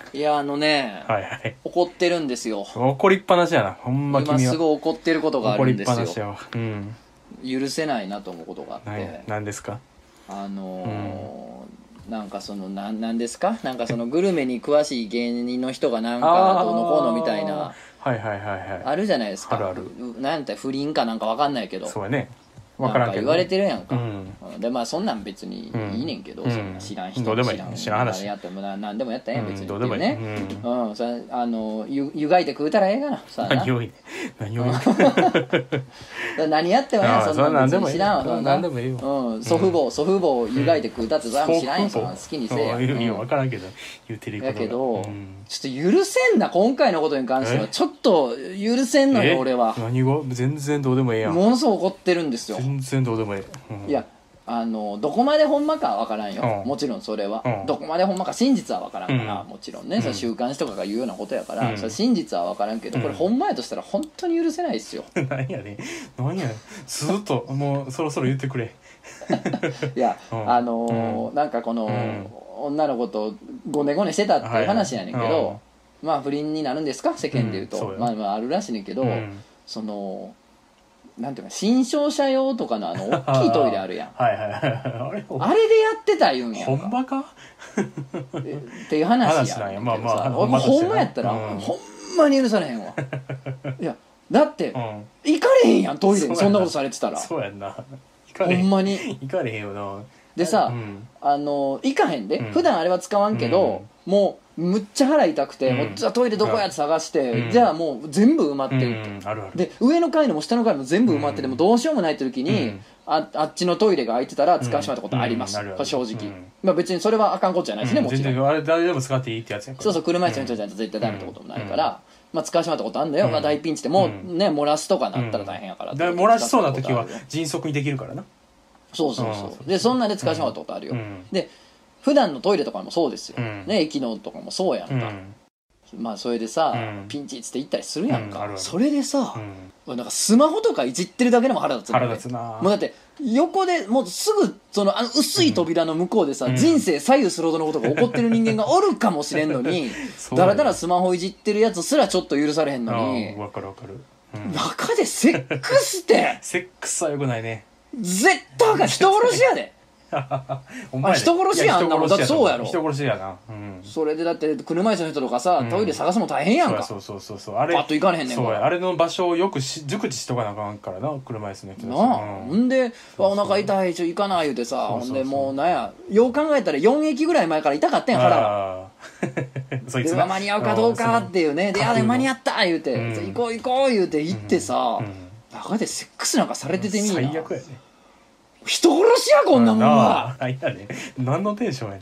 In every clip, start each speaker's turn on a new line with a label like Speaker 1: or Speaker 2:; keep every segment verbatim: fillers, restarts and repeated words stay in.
Speaker 1: いやあのね、
Speaker 2: はいはい、
Speaker 1: 怒ってるんですよ。
Speaker 2: 怒りっぱなしやな、ほんま君は。
Speaker 1: 今すごい怒ってることがあるんですよ。
Speaker 2: 怒りっぱなしやわ、うん、
Speaker 1: 許せないなと思うことがあって。
Speaker 2: 何ですか？
Speaker 1: あのーうん、なんかそのななんですかなんかそのグルメに詳しい芸人の人がなんかどうのこうのみたいな
Speaker 2: はいはいはいはい、
Speaker 1: あるじゃないですか。
Speaker 2: あるある。
Speaker 1: なんて不倫かなんかわかんないけど、
Speaker 2: そうやね、分からんけど、ね、
Speaker 1: なんか言われてるやんか、
Speaker 2: うん、
Speaker 1: でまあそんなん別にいいねんけど、うん、そんな知らん人
Speaker 2: どうでもいい、
Speaker 1: 知らん
Speaker 2: 知らん話
Speaker 1: やってもな何でもやったらええ別に、
Speaker 2: うん、どうでもいいね、
Speaker 1: うん、うん、それあのゆ湯がいて食うたらええがな、さあな
Speaker 2: 何を何を
Speaker 1: 何やってもええやん、そんなん別に知らんわ、そんな
Speaker 2: 何でもいいよ、
Speaker 1: うん、祖父母、うん、祖父母を湯がいて食うたってそれは知らんやん、そんな好きにせえや、うん、
Speaker 2: いや分からんけど言うてることが
Speaker 1: やけど、
Speaker 2: うん、
Speaker 1: ちょっと許せんな、今回のことに関してはちょっと許せんのよ俺は。
Speaker 2: 何が全然どうでもええやん、
Speaker 1: ものすごく怒ってるんですよ。
Speaker 2: 全然どうでもええ、うん、
Speaker 1: いやあのどこまでほんまかは分からんよ、
Speaker 2: うん、
Speaker 1: もちろんそれは、うん、どこまでほんまか真実は分からんから、うん、もちろんね、うん、それ週刊誌とかが言うようなことやから、うん、それ真実は分からんけど、うん、これほんまやとしたら本当に許せないですよ。
Speaker 2: 何やねん何やねんずっともうそろそろ言ってくれ
Speaker 1: いや、うん、あのーうん、なんかこの、うん、女の子とごねごねしてたっていう話やねんけど、はいはい、まあ不倫になるんですか世間で言うと、うん、まあまああるらしいねんけど、うん、そのなんていうか新商社用とかのあの大きいトイレあるやん
Speaker 2: はいはいはい、あれ
Speaker 1: あれでやってた言うんやんか、
Speaker 2: ほんまか
Speaker 1: っていう話やんけどさ、まあまあ、ほんまほんまやったら、うん、ほんまに許されへんわいやだって、うん、行かれへんやんトイレに そ, そんなことされてたら。
Speaker 2: そうやんな、
Speaker 1: ほんまに
Speaker 2: 行かれへんよな。
Speaker 1: でさ、うん、あの行かへんで、うん、普段あれは使わんけど、うん、もうむっちゃ腹痛くて、うん、もうじゃあトイレどこやって探して、うん、じゃあもう全部埋まってるって、うん、あるあるで上の階のも下の階も全部埋まってて、うん、もうどうしようもないって時に、うん、あ, あっちのトイレが空いてたら使わしてもらったことあります、うんうん、正直、うん、まあ、別にそれはあかんことじゃないですね、うん、もちろん全然あれ誰でも使っていいってやつやから、そうそう車椅子の人じゃないと絶対ダメってこともないから、うん、まあ、使わしてもらったことあるんだよ、うん、まあ、大ピンチでもうね、うん、漏らすとかなったら大変やから、うん、
Speaker 2: だから漏らしそうな時は迅速にできるからな。
Speaker 1: そうそうそう、うん、でそんなんで使わしてもらったことあるよ、うん、で普段のトイレとかもそうですよ、うん、ね、駅のとかもそうやんか、うん、まあそれでさ、うん、ピンチっつって行ったりするやんか、うん、それでさ、うん、なんかスマホとかいじってるだけでも腹立つの、ね、
Speaker 2: 腹立つな。
Speaker 1: もうだって横でもうすぐそのあの薄い扉の向こうでさ、うん、人生左右するほどのことが起こってる人間がおるかもしれんのにだらだらスマホいじってるやつすらちょっと許されへんのに、
Speaker 2: 分かる分かる、
Speaker 1: うん、中でセックスって
Speaker 2: セックスはよくないね、
Speaker 1: 絶対が人殺しやでお前、ね、人殺しやんなもん、だってそうやろ、
Speaker 2: 人殺しやな、うん、
Speaker 1: それでだって車椅子の人とかさ、うん、トイレ探すの大変やんか、
Speaker 2: そうそうそうそう、あれ
Speaker 1: パッと行かれへんねんから、
Speaker 2: そうや、あれの場所をよくし熟知しとかなあかんからな、車椅子の人
Speaker 1: なあ、うん、んでお腹痛いちょ行かない言うてさ、ほんでもうなんやよう考えたらよん駅ぐらい前から痛かったんや腹がそいつで間に合うかどうかっていうね、であれ間に合った言うて、うん、行こう行こう言うて行ってさ、うんうん、中でセックスなんかされててみんな、
Speaker 2: 最悪やね、
Speaker 1: 人殺しやこんなもんは。
Speaker 2: あ、いやね、何のテンションやねん。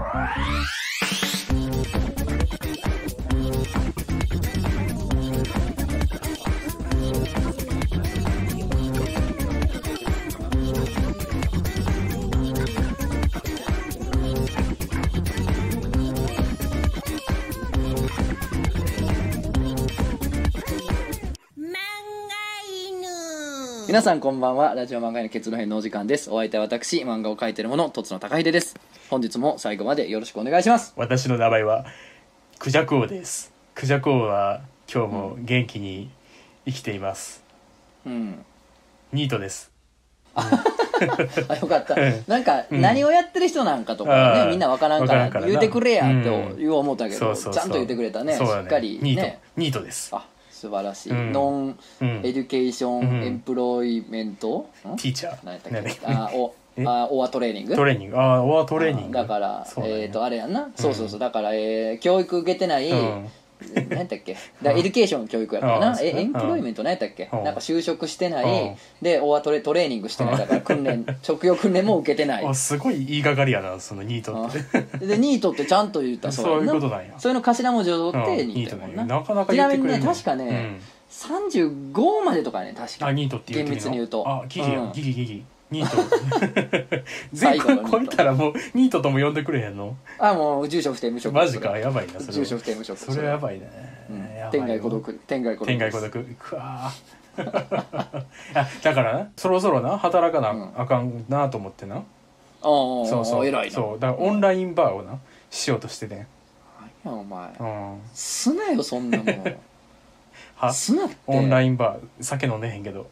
Speaker 1: 皆さんこんばんは。ラジオ漫画への結論編のお時間です。お相手は私、漫画を描いている者、とつの高秀です。本日も最後までよろしくお願いします。
Speaker 2: 私の名前はクジャク王です。クジャク王は今日も元気に生きています。うん。ニートです。
Speaker 1: あよかった。なんか何をやってる人なんかとかね、うん、みんなわからんから言うてくれやって言う思ったけど、うん、そうそうそう、ちゃんと言ってくれたね。しっかりね。
Speaker 2: ニート、ニートです。
Speaker 1: あ、素晴らしい、うん、ノンエデュケーションエンプロイメント、
Speaker 2: うん、ティーチャー
Speaker 1: 何やったっけ、あおあオアトレーニング
Speaker 2: トレーニングあオアトレーニング
Speaker 1: だから、ね、えっ、ー、とあれやんな、うん、そうそうそう、だから、えー、教育受けてない、うん何やったっけだエデュケーション教育やからな、えエンプロイメント何やったっけ、なんか就職してないでオアトレトレーニングしてない、だから訓練職業訓練も受けてない
Speaker 2: あすごい言いがかりやな、そのニートって
Speaker 1: でニートってちゃんと言ったら
Speaker 2: そういうことなんや、
Speaker 1: それの頭文字を取ってニートやもんな、
Speaker 2: なかなか言ってくれる。
Speaker 1: ちなみにね確かね、うん、さんじゅうごまでとかね確か、
Speaker 2: あニートって言う
Speaker 1: 厳密に言うと、
Speaker 2: あギリ、うん、ギリギリニート全国超えたらもうニートとも呼んでくれへんの？
Speaker 1: あもう住所不定無職。
Speaker 2: マジか、やばいなそれ。
Speaker 1: 住所不定無職。
Speaker 2: それやばいね。
Speaker 1: うん、天涯孤独、天涯孤独。
Speaker 2: 天涯孤独。くわあだからな、そろそろな働かな、うん、あかんなと思ってな。ああ
Speaker 1: そうそう偉いな。
Speaker 2: そうだからオンラインバーをなしようとしてね。
Speaker 1: やお前、
Speaker 2: うん、
Speaker 1: すなよそんなもん
Speaker 2: は
Speaker 1: すなって。
Speaker 2: オンラインバー酒飲んでへんけど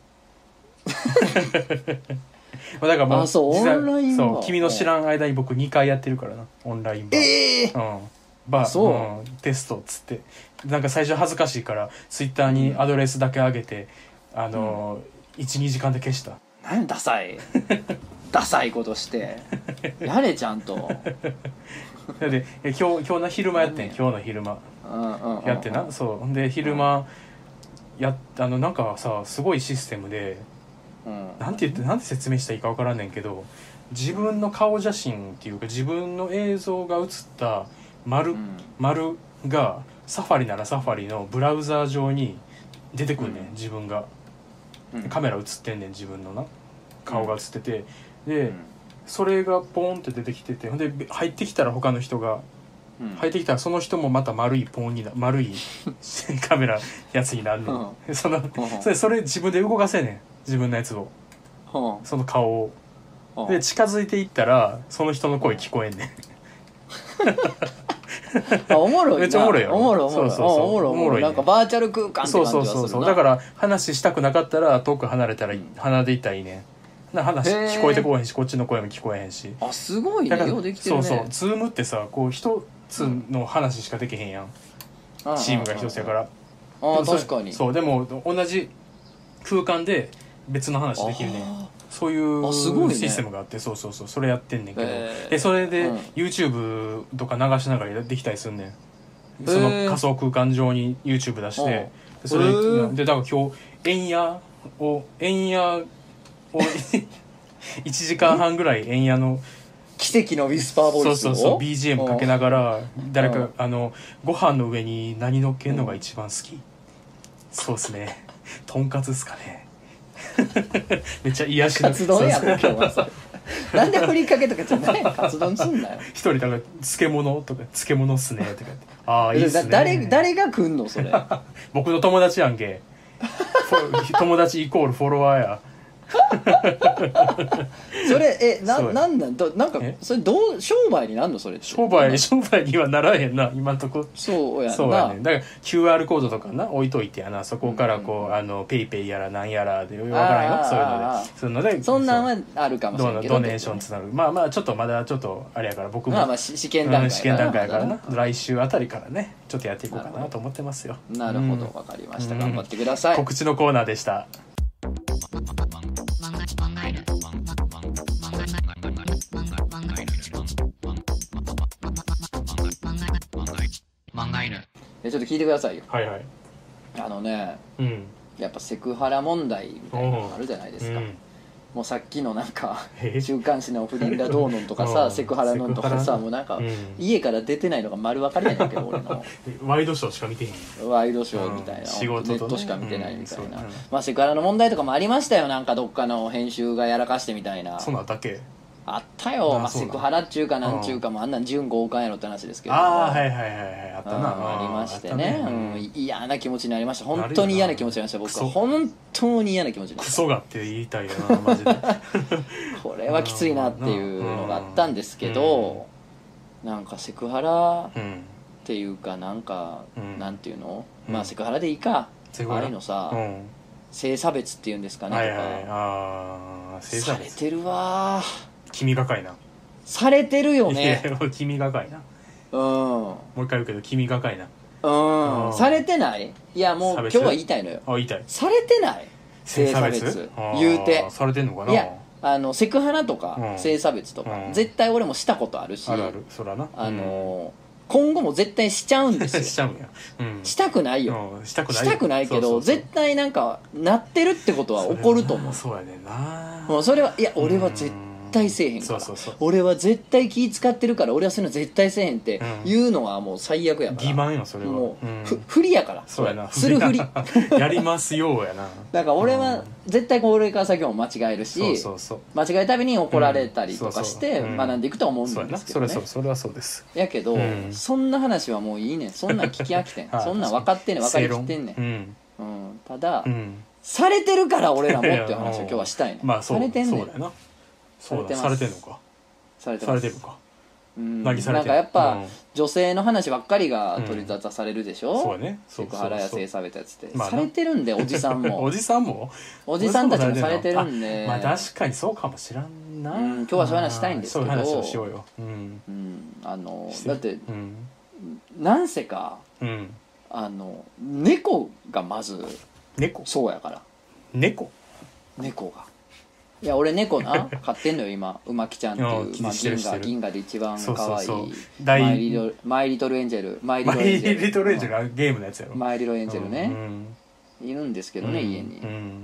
Speaker 2: だからもう、
Speaker 1: あそうオンラインバー、
Speaker 2: そう君の知らん間に僕にかいやってるからなオンラインバー。
Speaker 1: ええ
Speaker 2: ー、うん、バーそう、うん、テストっつってなんか最初恥ずかしいからツイッターにアドレスだけ上げて、うん、あのー、いちにじかんで消した。
Speaker 1: 何ダサいダサいことしてやれちゃんと
Speaker 2: で今日今日の昼間やってん、今日の昼間やってな、そうで昼間やあのなんかさすごいシステムで、うん、なんて言ってなんて説明したらいいか分からんねんけど、自分の顔写真っていうか自分の映像が写った丸、うん、丸がサファリならサファリのブラウザー上に出てくんねん、うん、自分が、うん、カメラ写ってんねん自分のな顔が写ってて、で、うん、それがポンって出てきてて、ほんで入ってきたら他の人が、うん、入ってきたらその人もまた丸いポンにな丸いカメラやつになるの、うん、そのそれそれ自分で動かせんねん自分のやつを、うん、その顔を、うん、で近づいていったらその人の声聞こえんねん
Speaker 1: あおもろいな、
Speaker 2: めっちゃおもろいよ、
Speaker 1: おもろいおもろい、
Speaker 2: そうそうそう
Speaker 1: おもろいおもろい、なんかバーチャル空間って感じがするな。そうそうそう
Speaker 2: だから話したくなかったら遠く離れたら、うん、離れていったらいいねんな、話聞こえてこえへんしこっちの声も聞こえへんし。
Speaker 1: あすごいね、ようできてるね。
Speaker 2: そうそうズームってさこう一つの話しかできへんやん、うん、チームが一つやから。
Speaker 1: ああ確かに。
Speaker 2: そうでも同じ空間で別の話できるねん、そういうシステムがあって、そうそうそうそれやってんねんけど、でそれで YouTube とか流しながらできたりすんねん、その仮想空間上に YouTube 出して、それでだから今日円屋を円屋をいちじかんはんぐらい円屋の
Speaker 1: 奇跡のウィスパーボイスを
Speaker 2: そうそうそう ビージーエム かけながら誰かあのご飯の上に何乗っけんのが一番好き、そうっすねとんかつっすかねめっちゃ癒しの
Speaker 1: カツ丼やろ今日はそれなんでふりかけとかじゃないカツ丼すんなよ
Speaker 2: 一人だから漬物とか漬物っすねとか言ってああいいっすね
Speaker 1: 誰誰が来んのそれ
Speaker 2: 僕の友達やんけ友達イコールフォロワーや
Speaker 1: それえななんなんどなんかそれどう商売になんのそれって
Speaker 2: 商売商売にはならへんな今んとこ。
Speaker 1: そうやな
Speaker 2: そうやねだから キューアール コードとかな置いといてやなそこからこう、うんうん、あのペイペイやらなんやらで分からんよそういうのでそういうので
Speaker 1: そんなんはあるかもしれないけど
Speaker 2: ドネーションつなぐまあまあちょっとまだちょっとあれやから僕も
Speaker 1: まあまあ試験段階
Speaker 2: 試験段階やからな来週あたりからねちょっとやっていこうかなと思ってますよ。
Speaker 1: なるほどわ、うん、かりました頑張ってください、
Speaker 2: 告知のコーナーでした。
Speaker 1: ちょっと聞いてくださいよ。
Speaker 2: はいはい。
Speaker 1: あのね、
Speaker 2: うん、
Speaker 1: やっぱセクハラ問題みたいなのあるじゃないですか、うん、もうさっきのなんか週刊誌の不倫がどうのとかさセクハラのとかさもうなんか、うん、家から出てないのが丸分かりやねんけど俺の
Speaker 2: ワイドショーしか見てへん
Speaker 1: ワイドショーみたいな、うん、
Speaker 2: 仕事と、ね、
Speaker 1: ネットしか見てないみたいな、うん、まあセクハラの問題とかもありましたよなんかどっかの編集がやらかしてみたいな。
Speaker 2: そんなんだけ
Speaker 1: あったよ、まあ、セクハラっちゅうかなんちゅうかもあんなん準強姦やろって話ですけど、
Speaker 2: ああはいはいはいはいあったな
Speaker 1: ありましてね、うん、嫌な気持ちになりました本当に嫌な気持ちになりました僕は本当に嫌な気持ちになりました。
Speaker 2: クソがって言いたいよなマジで
Speaker 1: これはきついなっていうのがあったんですけど、なんかセクハラっていうかなんか、うん、なんていうの、うん、まあセクハラでいいか、うん、ああいうのさ、うん、性差別っていうんですかね、はいはい、とかあ性差別されてるわ
Speaker 2: 君がかいな
Speaker 1: されてるよね
Speaker 2: 君がかいな
Speaker 1: うん
Speaker 2: もう一回言うけど君がかいな
Speaker 1: うん、うん、されてない。いやもう今日は言いたいのよ。
Speaker 2: あ言いたい
Speaker 1: されてない性差別言うて
Speaker 2: されてんのかな。
Speaker 1: いやあのセクハラとか、うん、性差別とか、うん、絶対俺もしたことあるし
Speaker 2: あるあるそらな
Speaker 1: あのー今後も絶対しちゃうんですよ
Speaker 2: しちゃうんや、うん、
Speaker 1: したくないよ、
Speaker 2: うん、したくない
Speaker 1: したくないけどそうそうそう絶対なんかなってるってことは起こると思う。
Speaker 2: そうやねんな
Speaker 1: もうそれはいや俺は絶対せえへんから、
Speaker 2: そうそうそう
Speaker 1: 俺は絶対気使ってるから俺はそういうの絶対せえへんっていうのはもう最悪やから
Speaker 2: 欺瞞よそれは
Speaker 1: もう、うん、ふ不利やから
Speaker 2: そうやな
Speaker 1: するふり
Speaker 2: やりますよやな
Speaker 1: だから俺は絶対これから先も間違えるし、
Speaker 2: そうそうそう
Speaker 1: 間違えるたびに怒られたりとかして学んでいくと思うんですけどね。
Speaker 2: それそれはそうです。
Speaker 1: やけど、うん、そんな話はもういいねんそんなん聞き飽きてんそんなん分かってんねん分かりきってんねん、うんうん、ただ、うん、されてるから俺らもっていう話を今日はしたいねん。
Speaker 2: まあそう
Speaker 1: されてんねん
Speaker 2: そうだよなそうだされてんのか
Speaker 1: されて
Speaker 2: されてるか
Speaker 1: うん、なんかやっぱ、うん、女性の話ばっかりが取り沙汰されるでしょ、うん、
Speaker 2: そうね、
Speaker 1: セクハラや性差別やつって、まあ、されてるんでおじさんも
Speaker 2: おじさんも
Speaker 1: おじさんたちもされてるんで、
Speaker 2: まあ確かにそうかもしらんな、
Speaker 1: うん、今日はそういう話したいんですけど、そういう
Speaker 2: 話をしようよ、うん
Speaker 1: うん、あのだって、うん、なんせか、うん、あの猫がまず
Speaker 2: 猫
Speaker 1: そうやから
Speaker 2: 猫
Speaker 1: 猫がいや俺猫な飼ってんのよ今うまきちゃんっていう、まあ、銀河銀河で一番可愛いマイリトルマイリトルエンジェルマイリトルエンジェル
Speaker 2: マイリトルエンジェルはゲームのやつやろ
Speaker 1: マイリトルエンジェルね、
Speaker 2: うん
Speaker 1: うん、いるんですけどね、うん、家に、
Speaker 2: うん、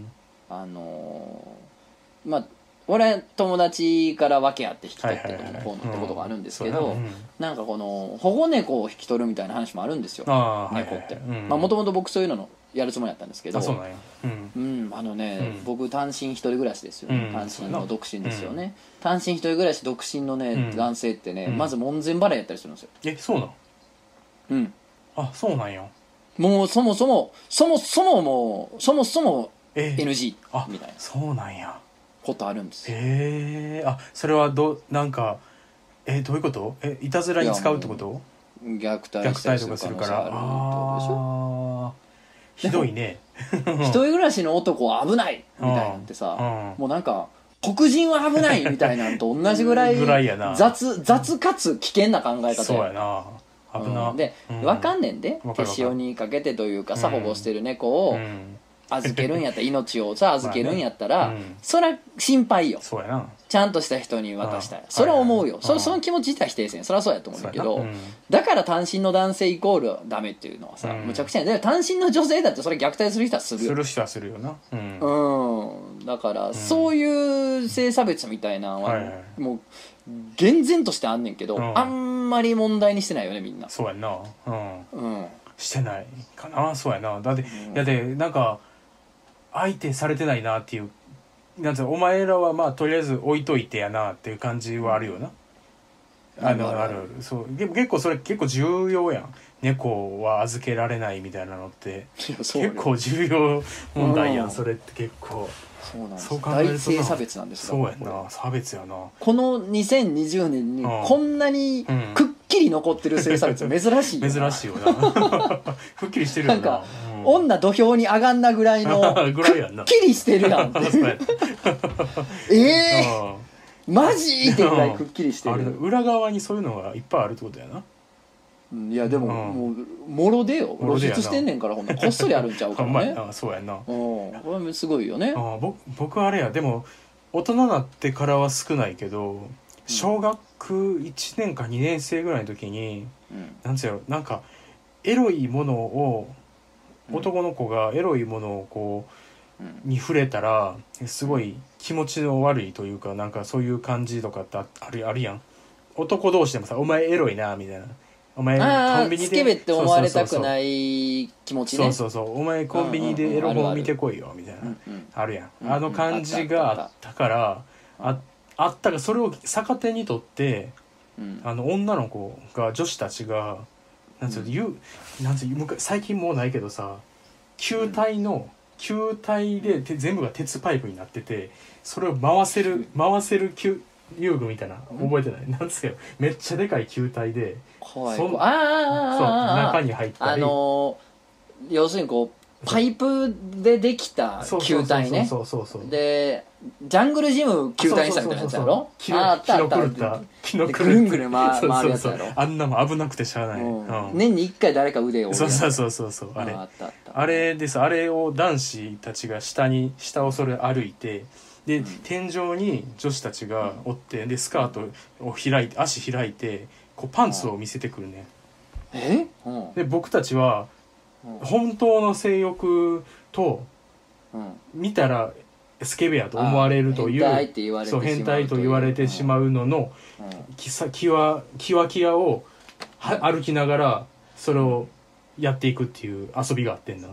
Speaker 1: あのー、まあ俺友達から訳あって引き取ってこうなったことがあるんですけど、なんかこの保護猫を引き取るみたいな話もあるんですよ、猫って。もともと僕そういうののやるつもりだったんですけど、
Speaker 2: あ、そうなんや、
Speaker 1: うん、あのね、僕単身一人暮らしですよね、単身の独身ですよね、単身一人暮らし独身のね、男性ってね、まず門前払いやったりするんですよ。
Speaker 2: え、そうなん？
Speaker 1: うん。
Speaker 2: あ、そうなんや。
Speaker 1: もうそもそもそもそももうそもそも エヌジー みたいな。
Speaker 2: そうなんや。
Speaker 1: ことあるんですよ。
Speaker 2: へえ。あ、それはどなんかえどういうこと？えいたずらに使うってこと？
Speaker 1: 虐待したりする可能性あるってことでしょ。
Speaker 2: ひどいね。
Speaker 1: 一人暮らしの男は危ないみたいなんてさ、もうなんか黒人は危ないみたいなんと同じぐらい雑雑かつ危険な考え方や。
Speaker 2: そうやな。危な。
Speaker 1: で分かんねんで、手塩にかけてというかさ、保護してる猫を預けるんやったら命をさ預けるんやったら、そりゃ心配よ。
Speaker 2: そうやな。
Speaker 1: ちゃんとした人に渡したい。それは思うよ。そその気持ち自体否定せん。それはそうやと思うんだけど、だから単身の男性イコールダメっていうのはさ、むちゃくちゃや。単身の女性だってそれ虐待する人はするよ。
Speaker 2: する人はするよな。
Speaker 1: うん。だからそういう性差別みたいなのはもう厳然としてあんねんけど、あんまり問題にしてないよねみんな。
Speaker 2: そうやんな。うん。してないかな。そうやな。だっていやでなんか相手されてないなっていう。なんつうのお前らはまあとりあえず置いといてやなっていう感じはあるよな。あのあるそう結構それ結構重要やん。猫は預けられないみたいなのって結構重要問題やん。それって結構
Speaker 1: そうなんです。大性差別なんです。
Speaker 2: そうやな。差別やな。
Speaker 1: このにせんにじゅうねんにこんなにくっきり残ってる性差別珍しいよな。
Speaker 2: 珍しいよな。くっきりしてるよな。
Speaker 1: なんか女土俵に上がんなぐらいのくっきりしてるやん。ええマジってぐらいくっきりしてる。
Speaker 2: 裏側にそういうのがいっぱいあるってことやな。
Speaker 1: いやでももうもろでよ。露出してんねんからほんなこっそりあるんちゃうからね。
Speaker 2: そうやな。
Speaker 1: これはすごいよね。
Speaker 2: 僕あれやでも大人になってからは少ないけど小学いちねんかにねん生ぐらいの時になんつうやろなんかエロいものを男の子がエロいものをこうに触れたらすごい気持ちの悪いというかなんかそういう感じとかってあるあるやん。男同士でもさお前エロいなみたいな。お前
Speaker 1: コンビニでスケベって思われたくない気持ちね。
Speaker 2: そうそうそうお前コンビニでエロ本見てこいよみたいなあるやん。あの感じがあったからああったがそれを逆手にとってあの女の子が女子たちがなんつうの、うん、なんつう最近もうないけどさ球体の球体で全部が鉄パイプになっててそれを回せる回せる球遊具みたいな覚えてない、うん、なんつうよめっちゃでかい球体で
Speaker 1: 怖い怖いああ
Speaker 2: 中に入ったり
Speaker 1: あのー、要するにこうパイプでできた球体ねでジャングルジム球体にしたみたいなやつやろ。
Speaker 2: 木の狂った木の狂った
Speaker 1: ぐるんぐる回るやつやろ。
Speaker 2: あんなも危なくてしゃあない、うん
Speaker 1: うん、年にいっかい誰か腕を折るやつ。
Speaker 2: そうそうそうそうあれあったあったあれですあれを男子たちが下に下をそれ歩いてで、うん、天井に女子たちがおってでスカートを開いて足開いてこうパンツを見せてくるね、
Speaker 1: うん、え、
Speaker 2: うん、で僕たちは本当の性欲と、うん、見たらスケベやと思われるというそう変態と言われてしまうのの、うん、きさきわきわきわをは歩きながらそれをやっていくっていう遊びがあってんだな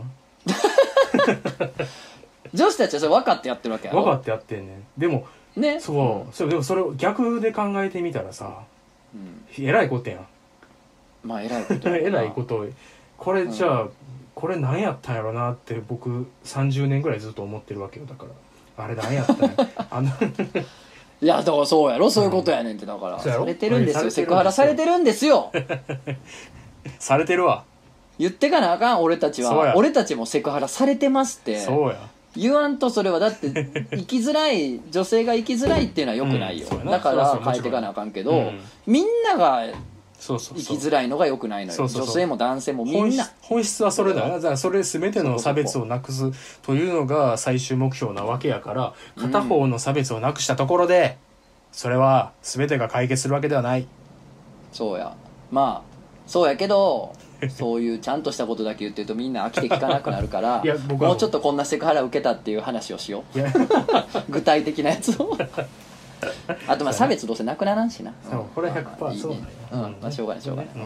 Speaker 1: 女子たちはそれ分かってやってるわけやろ。
Speaker 2: 分かってやってんねん。でも、ね、そう、うん、そうでもそれを逆で考えてみたらさ、うん、えらいことやん。
Speaker 1: まあえらいこと
Speaker 2: えらいことこれじゃあ、うん、これ何やったんやろなって僕さんじゅうねんぐらいずっと思ってるわけよ。だからあれ何やったんやあの
Speaker 1: いやだからそうやろ、そういうことやねんって。だから、
Speaker 2: そうやろ
Speaker 1: されてるんですよ、
Speaker 2: されてるんですよ
Speaker 1: セクハラされてるんですよ
Speaker 2: されてるわ。
Speaker 1: 言ってかなあかん、俺たち
Speaker 2: そうや
Speaker 1: は。俺たちもセクハラされてますって
Speaker 2: そうや。
Speaker 1: 言わんと。それはだって生きづらい、女性が生きづらいっていうのはよくないよ、
Speaker 2: うんそうやな
Speaker 1: だか
Speaker 2: そうそう
Speaker 1: ら変えてかなあかんけど、
Speaker 2: うん
Speaker 1: みんなが
Speaker 2: そうそうそう
Speaker 1: 生きづらいのがよくないのよ。
Speaker 2: そうそうそう
Speaker 1: 女性も男性もみ
Speaker 2: 本質
Speaker 1: んな。
Speaker 2: 本質はそれだよ。だからそれ全ての差別をなくすというのが最終目標なわけやから、片方の差別をなくしたところでそれは全てが解決するわけではない。
Speaker 1: そうや、まあそうやけどそういうちゃんとしたことだけ言ってるとみんな飽きて聞かなくなるから
Speaker 2: いや僕は
Speaker 1: もうちょっとこんなセクハラ受けたっていう話をしよう
Speaker 2: いや
Speaker 1: 具体的なやつをあとまあ差別どうせなくならんしな。
Speaker 2: そうこれは ひゃくパーセント そう
Speaker 1: いいね。
Speaker 2: なんや
Speaker 1: うん、まあしょうがないしょうがない、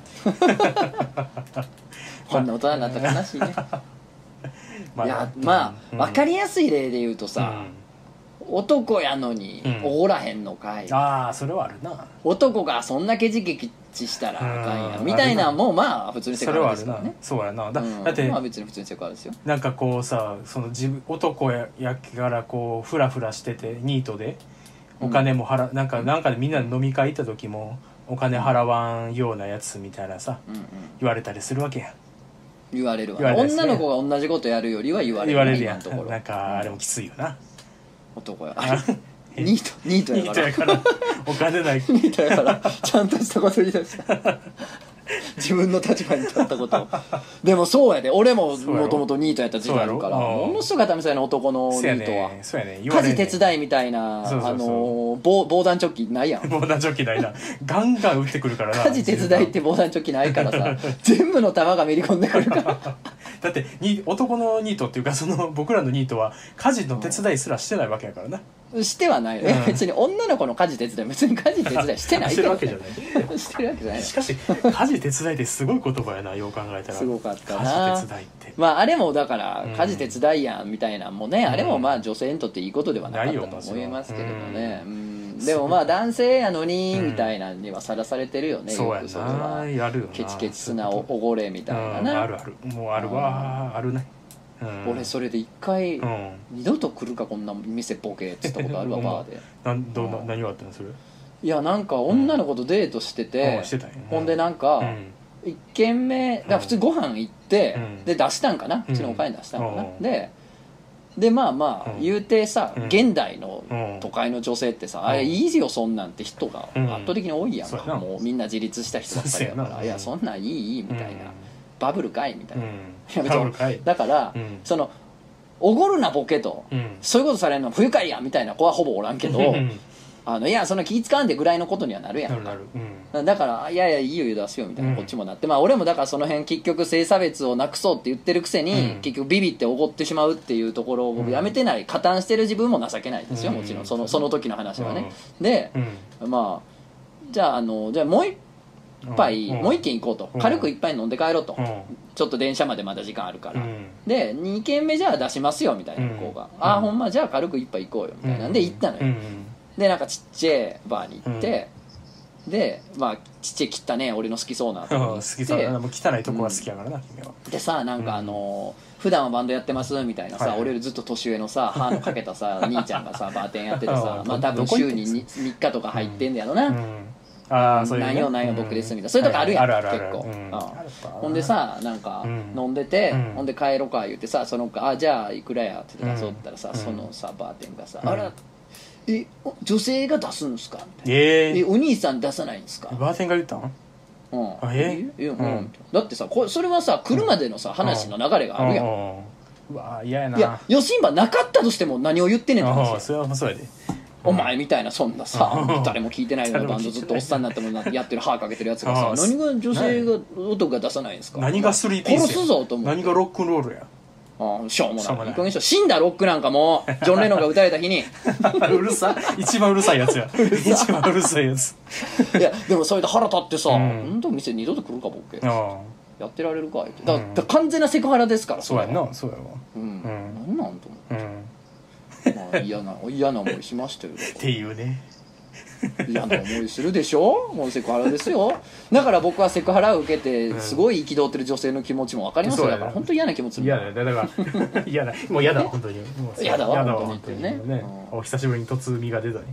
Speaker 2: うん
Speaker 1: こんな大人になったら悲しいね
Speaker 2: まあ
Speaker 1: いやまあ分かりやすい例で言うとさ、男やのに
Speaker 2: うん
Speaker 1: おごらへんのかい、
Speaker 2: ああそれはあるな。
Speaker 1: 男がそんなケチケチしたらあかんや
Speaker 2: うん
Speaker 1: みたいなもうまあ普通にセクハ
Speaker 2: それはあるな
Speaker 1: ラですからね。
Speaker 2: そうやなだ,、
Speaker 1: うん
Speaker 2: だって
Speaker 1: まあ別に普通にセクハラですよ。
Speaker 2: なんかこうさその自分男ややからこうフラフラしててニートでお金も払、うん、なんかなんかでみんなで飲み会行った時もお金払わんようなやつみたいなさ、うんうん、言われたりするわけや。
Speaker 1: 言われるわ。
Speaker 2: われ
Speaker 1: 女の子が同じことやるよりは言われる、
Speaker 2: 言われるやん。
Speaker 1: ところ
Speaker 2: なんかあれもきついよな、
Speaker 1: 男やあれニートニートやから
Speaker 2: ニートやからお金ない
Speaker 1: ニートやからちゃんとしたこと言い出した自分の立場に立ったことをでもそうやで、俺ももともとニートやった時代あるから、ものすごい頭そうやな男のニートは。
Speaker 2: そうやね、
Speaker 1: 家事手伝いみたいな、あの防防弾チョッキないやん。
Speaker 2: 防弾チョッキないな、ガンガン打ってくるからな。
Speaker 1: 家事手伝いって防弾チョッキないからさ全部の弾がめり込んでくるから
Speaker 2: だってに男のニートっていうかその僕らのニートは家事の手伝いすらしてないわけやからな。
Speaker 1: してはないよね、うん、別に女の子の家事手伝い別に家事手伝いしてないけど、ね、
Speaker 2: してるわけじゃない
Speaker 1: してるわけじゃない。
Speaker 2: しかし家事手伝いってすごい言葉やな、よう考えたら。
Speaker 1: すごかったな。
Speaker 2: 家事手伝いって
Speaker 1: まああれもだから家事手伝いやんみたいなもね、うん、あれもまあ女性にとっていいことではなかったと思いますけれどね、うん、でもまあ男性やのにみたいなにはさらされてるよね、うん、よくそれは
Speaker 2: やるよな、
Speaker 1: ケチケチすなおごれみたいなな、
Speaker 2: うん、あるある、もうあるわ、あるね、うん、
Speaker 1: 俺それで一回、うん、二度と来るかこんな店ボケって言ったことあるわバーで
Speaker 2: なんどうな何があったのそれ。
Speaker 1: いやなんか女の子とデートしてて、うん、してたよ、ほんでなんか、いっけんめだ普通ご飯行って、うん、で出したんかな、うちのお金出したんかな、うん、ででまあまあ、うん、言うてさ、うん、現代の都会の女性ってさ、うん、あれいいよそんなんって人が圧倒的に多いやんか、うん、もうみんな自立した人ばっかりだから、いやそんなんいいいいみたいな、バブルかいみたいな、いやだから、そのおごるなボケと、そういうことされるの不愉快やみたいな子はほぼおらんけどあのいやその気使わんでぐらいのことにはなるやんか、なるなる、うん、だからいやいやいいよ出すよみたいな、こっちもなって、まあ俺もだからその辺結局性差別をなくそうって言ってるくせに、うん、結局ビビっておごってしまうっていうところをやめてない、加担してる自分も情けないですよ、もちろんそのその時の話はね、うん、で、うん、まあじゃああのじゃあもう一杯、うん、もう一軒行こうと、うん、軽く一杯飲んで帰ろうと、うん、ちょっと電車までまだ時間あるから、うん、でに軒目じゃあ出しますよみたいな子が、うん、ああほんまじゃあ軽く一杯行こうよみたいなんで行ったのよ、でなんかちっちゃいバーに行って、うん、でまあちっちゃい汚ね俺の好きそうなとこに行って好きそうなもう汚いとこは好きやからな、うん、君は。でさなんかあのー普段はバンドやってますみたいなさ、はい、俺よりずっと年上のさ歯のかけたさ兄ちゃんがさバーテンやっててさまあ多分週にみっかとか入ってんだやろな、うんうん、あそういう、ね、何よ何よ僕ですみたいな、うん、そういうとこあるやん、はい、結構、うん、ほんでさなんか飲んでて、うん、ほんで帰ろうか言ってさその子あじゃあいくらやって言って誘ったらさ、うん、そのさバーテンがさ、うん、あらえ女性が出すんですかみたいな、えー、えお兄さん出さないんですか
Speaker 2: バーテンが言ったん、
Speaker 1: うん、ええ、うん、だってさこれそれはさ来るまでのさ、うん、話の流れがあるやん、うん、うわ嫌やな。いやよしんばなかったとしても何を言ってんねんって話や。
Speaker 2: それはそうやで、
Speaker 1: お前みたいなそんなさ誰も聞いてないようなバンドずっとおっさんになってもやってる歯かけてるやつがさ何が女性が男が出さないんですか、
Speaker 2: 何がスリーピースや
Speaker 1: 殺すぞと思う、
Speaker 2: 何がロックンロールや、
Speaker 1: ああしょうもない、いい加減にしろ、死んだロックなんかもうジョン・レノンが歌えた日に
Speaker 2: うるさ一番うるさいやつや一番うるさいやつ
Speaker 1: いやでもそれで腹立ってさ、うん、んと店二度と来るかボケやってられるかいってだから、うん、だから完全なセクハラですから
Speaker 2: そうやなそうやわ、
Speaker 1: うんうん、何なんと思って、うんまあ、嫌な嫌な思いしましたよ
Speaker 2: っていうね
Speaker 1: 嫌な思いするでしょ。もうセクハラですよ。だから僕はセクハラを受けてすごい憤ってる女性の気持ちも分かりますよ。だから本当に嫌な気持ちする。
Speaker 2: 嫌だよだから嫌だもう嫌だ本当に
Speaker 1: 嫌だわ
Speaker 2: 本当にね、お久しぶりに突みが出たね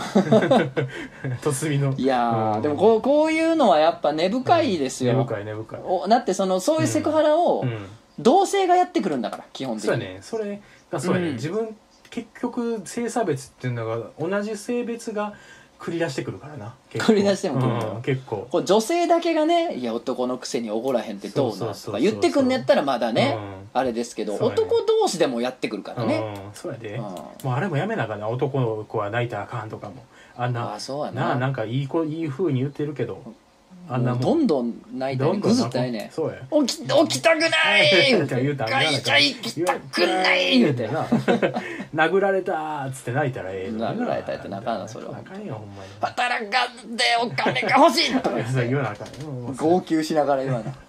Speaker 2: 突みの
Speaker 1: いやでもこう、こういうのはやっぱ根深いですよ。
Speaker 2: 根深い根深い。
Speaker 1: おだってそのそういうセクハラを同性がやってくるんだから基本的に。
Speaker 2: そうやねそれがそうやね、自分結局性差別っていうのが同じ性別が繰り出してくるからな。
Speaker 1: 繰り出してもくるんだよ、
Speaker 2: うん、結構
Speaker 1: こう女性だけがねいや男のくせにおごらへんってどうなとか言ってくんのやったらまだね、うん、あれですけど、ね、男同士でもやってくるからね、
Speaker 2: うん、そうやで、うん、もうあれもやめなあかんな。男の子は泣いたらあかんとかもあんな
Speaker 1: あそうやな
Speaker 2: ななんかいい子いい風に言ってるけど
Speaker 1: あんなもんどんどん泣いたりぐずったりね
Speaker 2: そうや
Speaker 1: 起き起きたくない言うて会社行きたくない言うてな
Speaker 2: 殴られたーっつって泣いたらええの
Speaker 1: 殴られたって泣かんなそれは
Speaker 2: 泣かんよほんまに
Speaker 1: 働かんでお金が欲しいとか
Speaker 2: 言わなあかんよ
Speaker 1: 号泣しながら言わな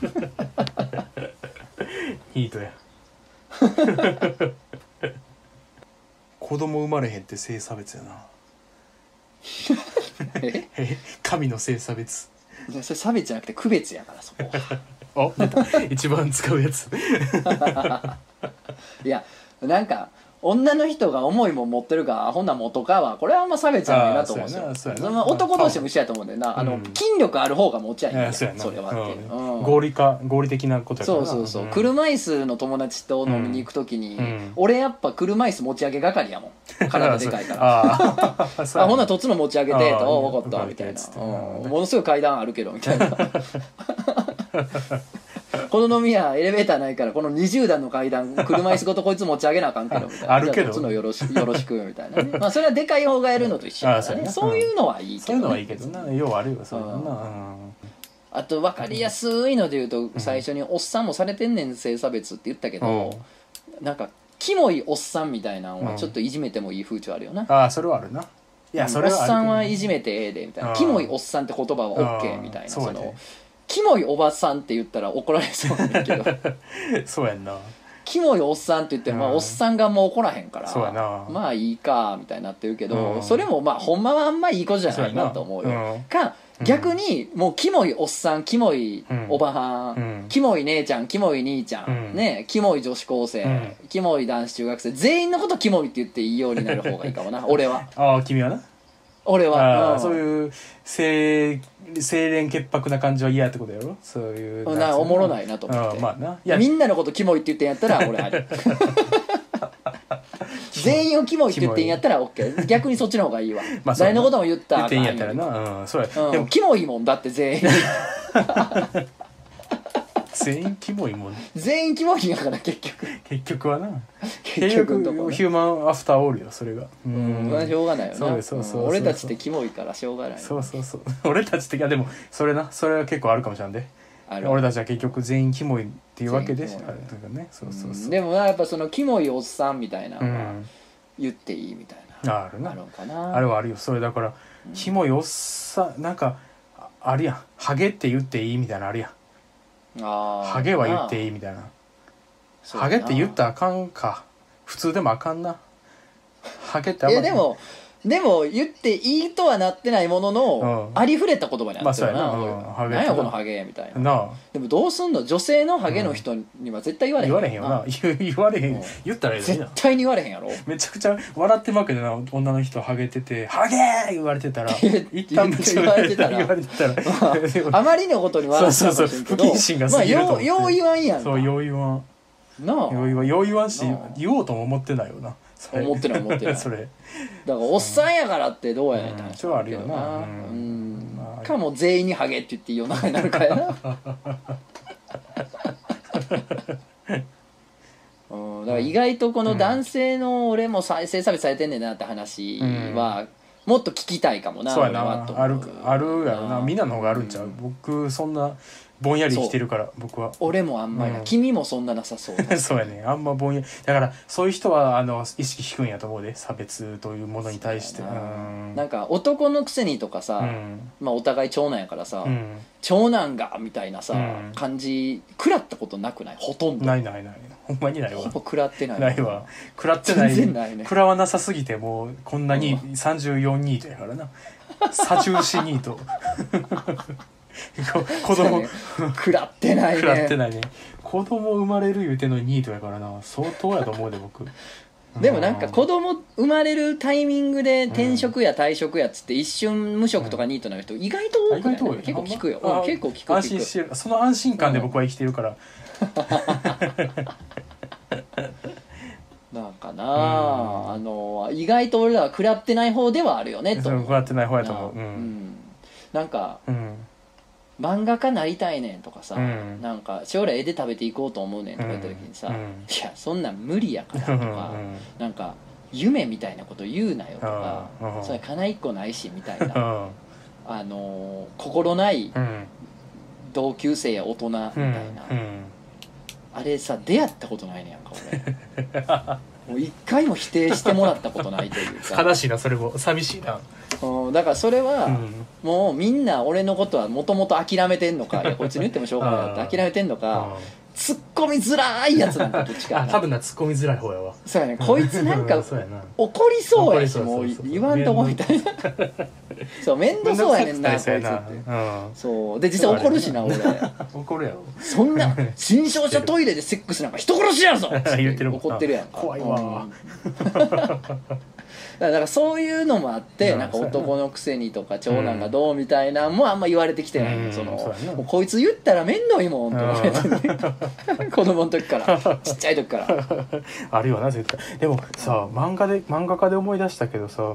Speaker 2: ヒートや子供生まれへんって性差別やな
Speaker 1: え
Speaker 2: 神の性差別
Speaker 1: それ差別じゃなくて区別やからそこ
Speaker 2: お出た一番使うやつ
Speaker 1: いやなんか女の人が重いもん持ってるかほんな元かはこれはあんま差別じゃないなと思うんですよ。その男同士も一緒やと思うんだよな、うん、あの筋力ある方が持ちゃいいんだよ、それはって、
Speaker 2: うんうん、合理化合理的なことやからな。
Speaker 1: そうそうそう、うん、車椅子の友達と飲みに行くときに、うん、俺やっぱ車椅子持ち上げ係やもん体でかいからああほんならとつの持ち上げてと分かったみたいな、うん、ものすごい階段あるけどみたいなこの飲み屋エレベーターないからこのにじゅうだんの階段車椅子ごとこいつ持ち上げなあかんけどみたいな
Speaker 2: あるけど
Speaker 1: じゃあのよろしよろしくみたいなねまあそれはでかい方がやるのと一緒だからね。そういうのはいいけど、ね、
Speaker 2: そういうのはいいけどなようあるよそういうのな、うん、
Speaker 1: あと分かりやすいので言うと最初におっさんもされてんねん性差別って言ったけど、うん、なんかキモいおっさんみたいなのはちょっといじめてもいい風潮あるよな、うん、
Speaker 2: ああそれはあるな。いやそれは
Speaker 1: おっさんはいじめてええでみたいなキモいおっさんって言葉は OK みたいなそのキモいおばさんって言ったら怒られそうなんだけど
Speaker 2: そうやんな。
Speaker 1: キモいおっさんって言っても、まあ、おっさんがもう怒らへんから
Speaker 2: そうやな
Speaker 1: まあいいかみたいになってるけど、うん、それもまあほんまはあんまいいことじゃないなと思うよ、うん、か逆にもうキモいおっさんキモいおばはん、うん、キモい姉ちゃんキモい兄ちゃん、うん、ねキモい女子高生、うん、キモい男子中学生全員のことキモいって言っていいようになる方がいいかもな俺は。
Speaker 2: ああ君はな
Speaker 1: 俺は、
Speaker 2: うん、そういう清清廉潔白な感じは嫌ってことやろ。そういう
Speaker 1: なおもろないなと思って、
Speaker 2: うんまあ、ない
Speaker 1: やみんなのことキモいって言ってんやったら俺あり全員をキモいって言ってんやったら OK 逆にそっちの方がいいわ、まあ、誰のことも言ったら
Speaker 2: 言ってんやったらな、うん、それ、
Speaker 1: うん、でもキモいもんだって全員
Speaker 2: 全員キモいもん
Speaker 1: 全員キモいんやから結局
Speaker 2: 結局はな
Speaker 1: 結局のとこ
Speaker 2: ヒューマンアフターオールよそれが。
Speaker 1: うん、うん、しょうがないよな。
Speaker 2: そうそうそう、うん、
Speaker 1: 俺たちってキモいからしょうがない。
Speaker 2: そうそうそう俺たちっていやでもそれなそれは結構あるかもしれんで。俺たちは結局全員キモいっていうわけでしょ、ね、そうそうそう、
Speaker 1: うん、でもやっぱそのキモいおっさんみたいなのは言っていいみたいな、
Speaker 2: うん、あるな
Speaker 1: あるんかな。
Speaker 2: あれはあるよそれだから、うん、キモいおっさんなんかあるやんハゲって言っていいみたいなのあるやん。あハゲは言っていいみたいな。ハゲって言ったらあかんか普通でもあかんな。ハゲってあんまり
Speaker 1: いやでもでも言っていいとはなってないものの、うん、ありふれた言葉になってるな、まあ、何やこのハゲみたいな。なでもどうすんの女性のハゲの人には絶対言われへん、
Speaker 2: うん、言われへんよな言われへん、うん、言ったらいいのにな
Speaker 1: 絶対に言われへんやろ。
Speaker 2: めちゃくちゃ笑ってまうけどな女の人ハゲててハゲー言われてたら一旦
Speaker 1: 言われてたら言われてたら、まあ、あまりのことに笑ってたかもしれんけど不謹
Speaker 2: 慎が過ぎると思って、
Speaker 1: まあ、よう言わんやんか。
Speaker 2: そうよう言わんなあよう言わんよう言わんし言おうとも思ってないよな。
Speaker 1: 思ってない思ってないそれだからおっさんやからってどうやねんって話
Speaker 2: あるよな、うん
Speaker 1: うんまあ、かも全員にハゲって言っていいよなになるかやなうん、だから意外とこの男性の俺も性差別されてんねんなって話はもっと聞きたいかもな。
Speaker 2: そうやなあるあるやろな、みんなの方があるんちゃう、うん、僕そんなぼんやり生きてるから僕は。
Speaker 1: 俺もあんまりな、
Speaker 2: うん、
Speaker 1: 君もそんななさそう
Speaker 2: そうやね、あんまぼんやりだからそういう人はあの意識低いんやと思うで、差別というものに対して。
Speaker 1: な,、
Speaker 2: うん、
Speaker 1: なんか男のくせにとかさ、うん、まあお互い長男やからさ、うん、長男がみたいなさ、うん、感じ食らったことなくない？ほとんど
Speaker 2: ないないない、ほんまにないわ。
Speaker 1: ほぼ食らってない。
Speaker 2: ないわ、食らってない。
Speaker 1: 全然ないね。
Speaker 2: 食らわなさすぎてもうこんなにさんじゅうよんニートやからな。サチューシニート。子供、ね、
Speaker 1: 食らってないね。
Speaker 2: 食らってないね。子供生まれる言うてんのにニートやからな、相当やと思うで僕。
Speaker 1: でもなんか子供生まれるタイミングで転職や退職やっつって一瞬無職とかニートになる人意外と多くない？結構聞くよ、うん、結構聞く。
Speaker 2: 安心してる、その安心感で僕は生きてるから。
Speaker 1: なんかな、うん、あの意外と俺らは食らってない方ではあるよねと。
Speaker 2: 食らってない方やと思う。うん
Speaker 1: うん、なんか、
Speaker 2: うん、
Speaker 1: 漫画家なりたいねんとかさ、
Speaker 2: うん、
Speaker 1: なんか将来絵で食べていこうと思うねんとか言った時にさ、うん、いやそんなん無理やからとか、うん、なんか夢みたいなこと言うなよとか、うん、それ叶いっこないしみたいな、うん、あの心ない同級生や大人みたいな、うんうん、あれさ出会ったことないねんか俺。もう一回も否定してもらったことないというか。
Speaker 2: 悲しいな、それも寂しいな。
Speaker 1: うん、だからそれは、うん、もうみんな俺のことはもともと諦めてんのか、いやこいつに言ってもしょうがないって諦めてんのか、突っ込みづらいやつなんかどっちか。
Speaker 2: あ、多分な、突っ込みづらい方やわ。
Speaker 1: そうやね、こいつなんか怒りそうやし、もう言わんとこみたいな。そう、面倒そうやねんなこいつって。そうで実際怒るしな俺。
Speaker 2: 怒るやろ。
Speaker 1: そんな新商社トイレでセックスなんか人殺しやぞ
Speaker 2: 言ってるもん。
Speaker 1: 怒ってるやん。
Speaker 2: 怖いわ。
Speaker 1: だからそういうのもあって、うん、なんか男のくせにとか長男がどうみたいなのもあんま言われてきてない、うん、そのもうこいつ言ったら面倒いもんって言われてね。子供の時からちっちゃい時から
Speaker 2: あるよな絶対。でもさ、漫画で漫画家で思い出したけどさ、はい、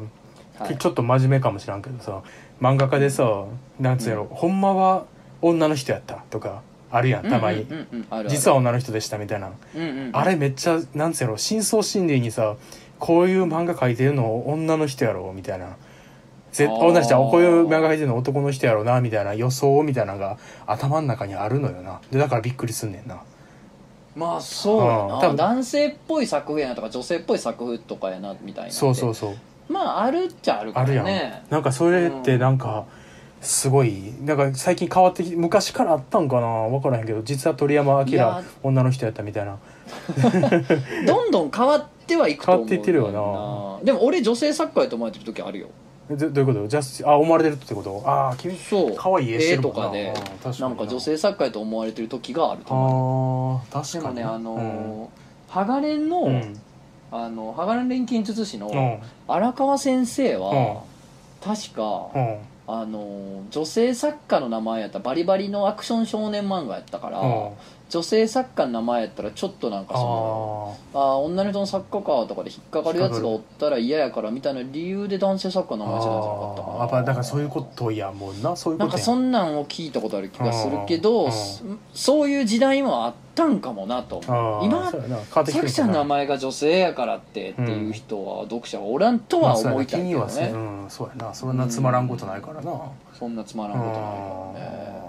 Speaker 2: ちょっと真面目かもしらんけどさ、漫画家でさ、なんつうやろ、うん、ほんまは女の人やったとかあるやんたまに、実は女の人でしたみたいな、うんうんうん、あれめっちゃなんつうやろ、深層心理にさ、こういう漫画描いてるの女の人やろみたいな、絶対同じだ、こういう漫画描いてるの男の人やろなみたいな予想みたいなのが頭の中にあるのよな。でだからびっくりすんねんな。
Speaker 1: まあそうやな、多分男性っぽい作風やなとか女性っぽい作風とかやなみたいな。
Speaker 2: そうそうそう、
Speaker 1: まああるっちゃあるからね。あるやん。
Speaker 2: なんかそれってなんかすごい、なんか最近変わってきて、昔からあったんかな分からへんけど、実は鳥山明女の人やったみたいな。
Speaker 1: どんどん変わってはいくと思う。
Speaker 2: 変わっていってるよな。
Speaker 1: でも俺女性作家やと思われてる時あるよ。
Speaker 2: ど, どういうこと？ジャスあ思われてるってこと？ああ君そう可愛い絵してるもんな。
Speaker 1: 絵とかでなんか女性作家やと思われてる時があると思う。
Speaker 2: ああ確かに。
Speaker 1: でもね、あの、うん、ハガレンの、うん、あのハガレン錬金術師の荒川先生は、うん、確か、うん、あの女性作家の名前やったらバリバリのアクション少年漫画やったから、うん、女性作家の名前やったらちょっとなんかそのああ女の人の作家かとかで引っかかるやつがおったら嫌やからみたいな理由で男性作家の名前じゃなかったかな。
Speaker 2: やっぱだからそういうことやもんな。そういうことや
Speaker 1: なんかそんなんを聞いたことある気がするけど、そういう時代もあったんかもなと。今作者の名前が女性やからってっていう人は読者はおらんとは思いたいけどね。
Speaker 2: うん、そうやな。そんなつまらんことないからな。
Speaker 1: そんなつまらんことないからね。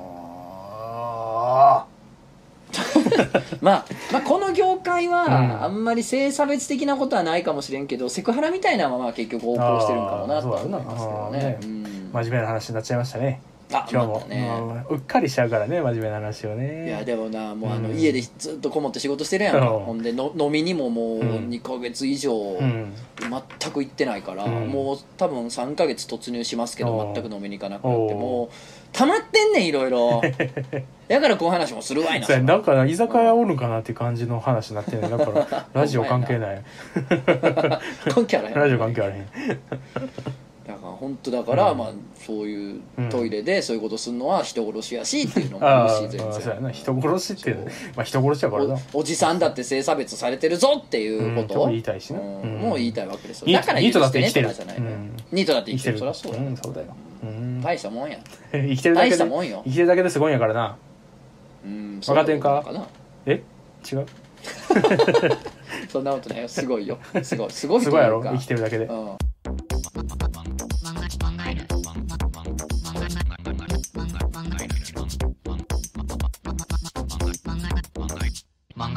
Speaker 1: まあ、まあこの業界はあんまり性差別的なことはないかもしれんけど、セクハラみたいなのはまあ結局横行してるんかもなとは思いますけどね。ね、うん、真面目な話になっちゃいましたね。今日も、ね、うっかりしちゃうからね真面目な話をね。いやでもなもうあの、うん、家でずっとこもって仕事してるやんか、うん、ほんでの飲みにももうにかげつ以上全く行ってないから、うん、もう多分さんかげつ突入しますけど全く飲みに行かなくなってもう溜まってんねんいろいろ。だからこういう話もするわいな。
Speaker 2: なんか居酒屋おるかなっていう感じの話になってんねん。だからラジオ関係ない。
Speaker 1: 関係あらへん。
Speaker 2: ラジオ関係あらへん。
Speaker 1: だから本当だから、うん、まあそういうトイレでそういうことするのは人殺しやしっていうのもあるし、全然そうやな、人殺しってまあ人殺しやからな。 お, おじさんだって性差別されてるぞっていうことを、うん、言いたいしね、うん、もう言いたいわけですよ。だからニートだって生きてるじゃない、うん、ニートだって生きてる。そりゃそうだよ、うん、そうだよ、うん、大したもんや。生きてるだけで大したもんよ。生きてるだけですごいんやからな。うん、分かってんか。え違う。そんなことないよ。すごいよ。すごいすごいすごいやろ生きてるだけで。うん。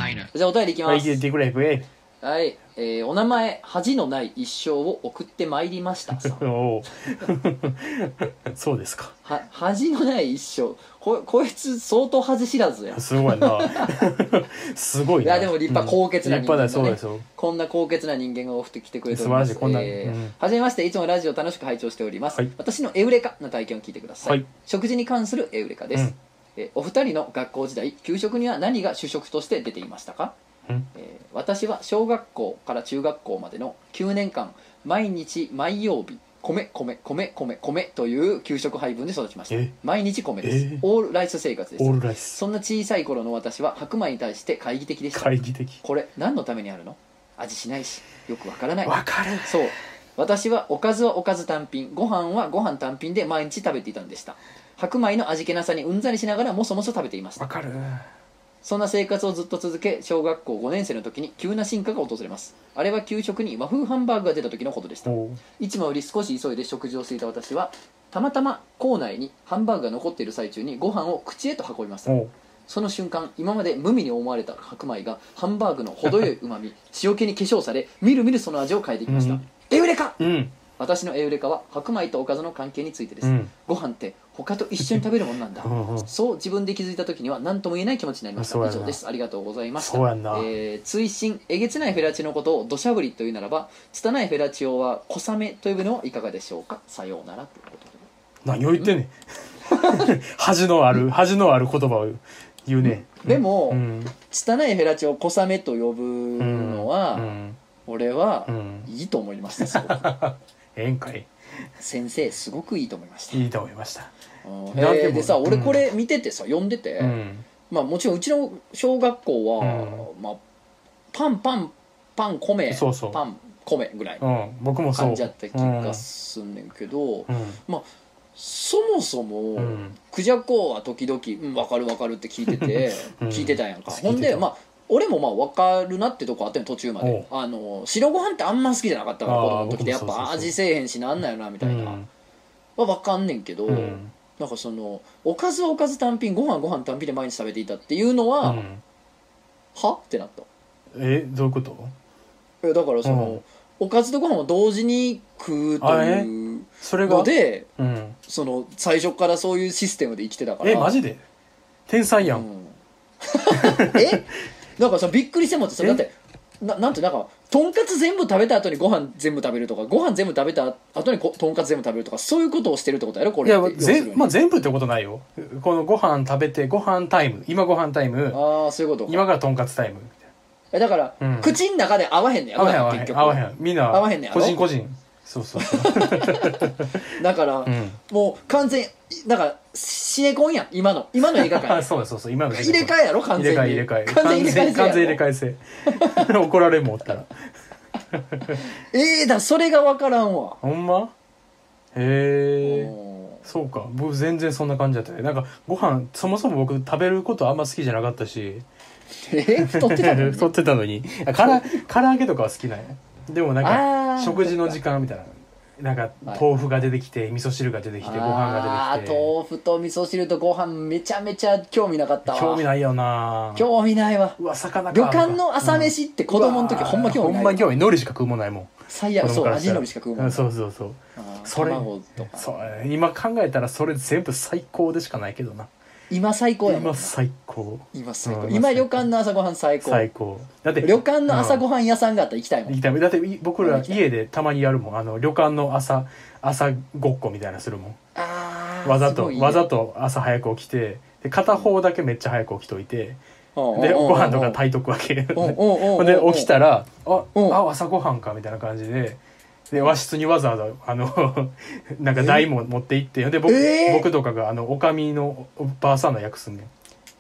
Speaker 1: じゃあお便りいきます。
Speaker 2: はい、聞いてくれ、え
Speaker 1: はい、えー、お名前恥のない一生を送ってまいりましたさん。
Speaker 2: おそうですか。
Speaker 1: は恥のない一生、ここいつ相当恥知らずや。
Speaker 2: すごいなすごいな。
Speaker 1: いやでも立派高潔な人間だね、
Speaker 2: うん、立派だ、そうですよ。
Speaker 1: こんな高潔な人間が送ってきてくれております。
Speaker 2: 素晴らしい。こんな、
Speaker 1: えー
Speaker 2: うん、
Speaker 1: はじめまして、いつもラジオ楽しく拝聴しております、
Speaker 2: はい、
Speaker 1: 私のエウレカの体験を聞いてください、はい、食事に関するエウレカです、うん、えお二人の学校時代、給食には何が主食として出ていましたか？えー、私は小学校から中学校までのきゅうねんかん、毎日毎曜日米米米米米という給食配分で育ちました。毎日米です、えー、オールライス生活です。
Speaker 2: オールライス。
Speaker 1: そんな小さい頃の私は白米に対して懐疑的でした。
Speaker 2: 懐疑的。
Speaker 1: これ何のためにあるの？味しないしよくわからない。
Speaker 2: わかる。
Speaker 1: そう、私はおかずはおかず単品、ご飯はご飯単品で毎日食べていたんでした。白米の味気なさにうんざりしながらもそもそ食べていました。
Speaker 2: わかる。
Speaker 1: そんな生活をずっと続け、小学校ごねん生の時に急な進化が訪れます。あれは給食に和風ハンバーグが出た時のことでした。いつもより少し急いで食事をしていた私は、たまたま校内にハンバーグが残っている最中にご飯を口へと運びました。その瞬間、今まで無味に思われた白米がハンバーグの程よいうまみ、塩気に化粧され、みるみるその味を変えていきました。うん、エウレカ、うん、私のエウレカは白米とおかずの関係についてです。うん、ご飯って他と一緒に食べるものなんだそう自分で気づいた時には何とも言えない気持ちになりました。以上です。ありがとうございました。えー、追伸、えげつないフェラチオのことを土砂降りというならば、拙いフェラチオは小雨と呼ぶのはいかがでしょうか。さようならということで。
Speaker 2: 何を言ってんねん恥のある恥のある言葉を言うね。
Speaker 1: でも、うん、拙いフェラチオを小雨と呼ぶのは、うんうん、俺はいいと思いました。すごく
Speaker 2: ええんかい。
Speaker 1: 先生すごくいいと思いました。
Speaker 2: いいと思いました。
Speaker 1: へでさ、うん、俺これ見ててさ、読んでて、うん、まあもちろんうちの小学校は、うん、まあ、パンパンパン米、
Speaker 2: そうそう
Speaker 1: パン米ぐらい
Speaker 2: の感
Speaker 1: じやった気がすんねんけど、うん、まあそもそも、うん、クジャコは時々、うん、分かる分かるって聞いてて、うん、聞いてたやんか。ほんでまあ俺もまあ分かるなってとこあってん、途中まで。あの白ご飯ってあんま好きじゃなかったから子供の時で、やっぱ味せえへんしなんなんやなみたいな、うん、は分かんねんけど、うん、なんかそのおかずはおかず単品、ご飯ご飯単品で毎日食べていたっていうのは、うん、はってなった。
Speaker 2: えどういうこと？
Speaker 1: えだからその、うん、おかずとご飯を同時に食うというので、うん、その最初からそういうシステムで生きてたから。
Speaker 2: えマジで天才やん、うん、
Speaker 1: えなんかさびっくりしてもってさ、だってななんてなんかとんかつ全部食べた後にご飯全部食べるとか、ご飯全部食べた後にとんかつ全部食べるとか、そういうことをしてるってことやろこれ。いや
Speaker 2: ぜ、まあ、全部ってことないよ。このご飯食べてご飯タイム、今ご飯タイム、
Speaker 1: ああそういうことか。
Speaker 2: 今からとんかつタイムみ
Speaker 1: たいな。だから、うん、口の中で合わへんねん。
Speaker 2: 合わへん合わへん合わへん、みんな
Speaker 1: 合わへんねん。
Speaker 2: 個人個人。そうそうそう
Speaker 1: だから、うん、もう完全だからシネコンやん、今の今の映画界
Speaker 2: そうそうそう、今の
Speaker 1: 入れ替えやろ、完全に
Speaker 2: 入れ替え完全入れ替え完全入れ替えせ怒られもおったら
Speaker 1: ええだそれが分からんわ。
Speaker 2: ほんま？へえそうか。僕全然そんな感じだったね。なんかご飯そもそも僕食べることあんま好きじゃなかったし
Speaker 1: えー、太ってたのに
Speaker 2: 太ってたのにから唐揚げとかは好きなんや。でもなんか食事の時間みたいな、なんか豆腐が出てきて、はい、味噌汁が出てきて、ご飯が出てきて。
Speaker 1: あ豆腐と味噌汁とご飯めちゃめちゃ興味なかったわ。
Speaker 2: 興味ないよな。
Speaker 1: 興味ないわ。
Speaker 2: うわ魚か。
Speaker 1: 旅館の朝飯って子供の時、うん、ほんま興味ない。
Speaker 2: ほんま興味、海苔しか食うもんないもん。
Speaker 1: 最悪。そう味海苔しか食うもんない。
Speaker 2: そうそうそう。それ卵とか。そう今考えたらそれ全部最高でしかないけどな。
Speaker 1: 今最高やもん。
Speaker 2: 今最高。
Speaker 1: 今最高。今旅館の朝ごはん最高。
Speaker 2: 最高。だって
Speaker 1: 旅館の朝ごはん屋さんがあったら行きたいもん。
Speaker 2: 行きたい。だって僕ら家でたまにやるもん。あの旅館の朝朝ごっこみたいなするもん。
Speaker 1: あ
Speaker 2: わざとわざと朝早く起きて、で片方だけめっちゃ早く起きといて、でご飯とか炊いとくわけ。で起きたらああ朝ごはんかみたいな感じで。で和室にわざわざあのなんか台も持って行って、で 僕,、えー、僕とかがあのおかみのおばあさんの役すんねん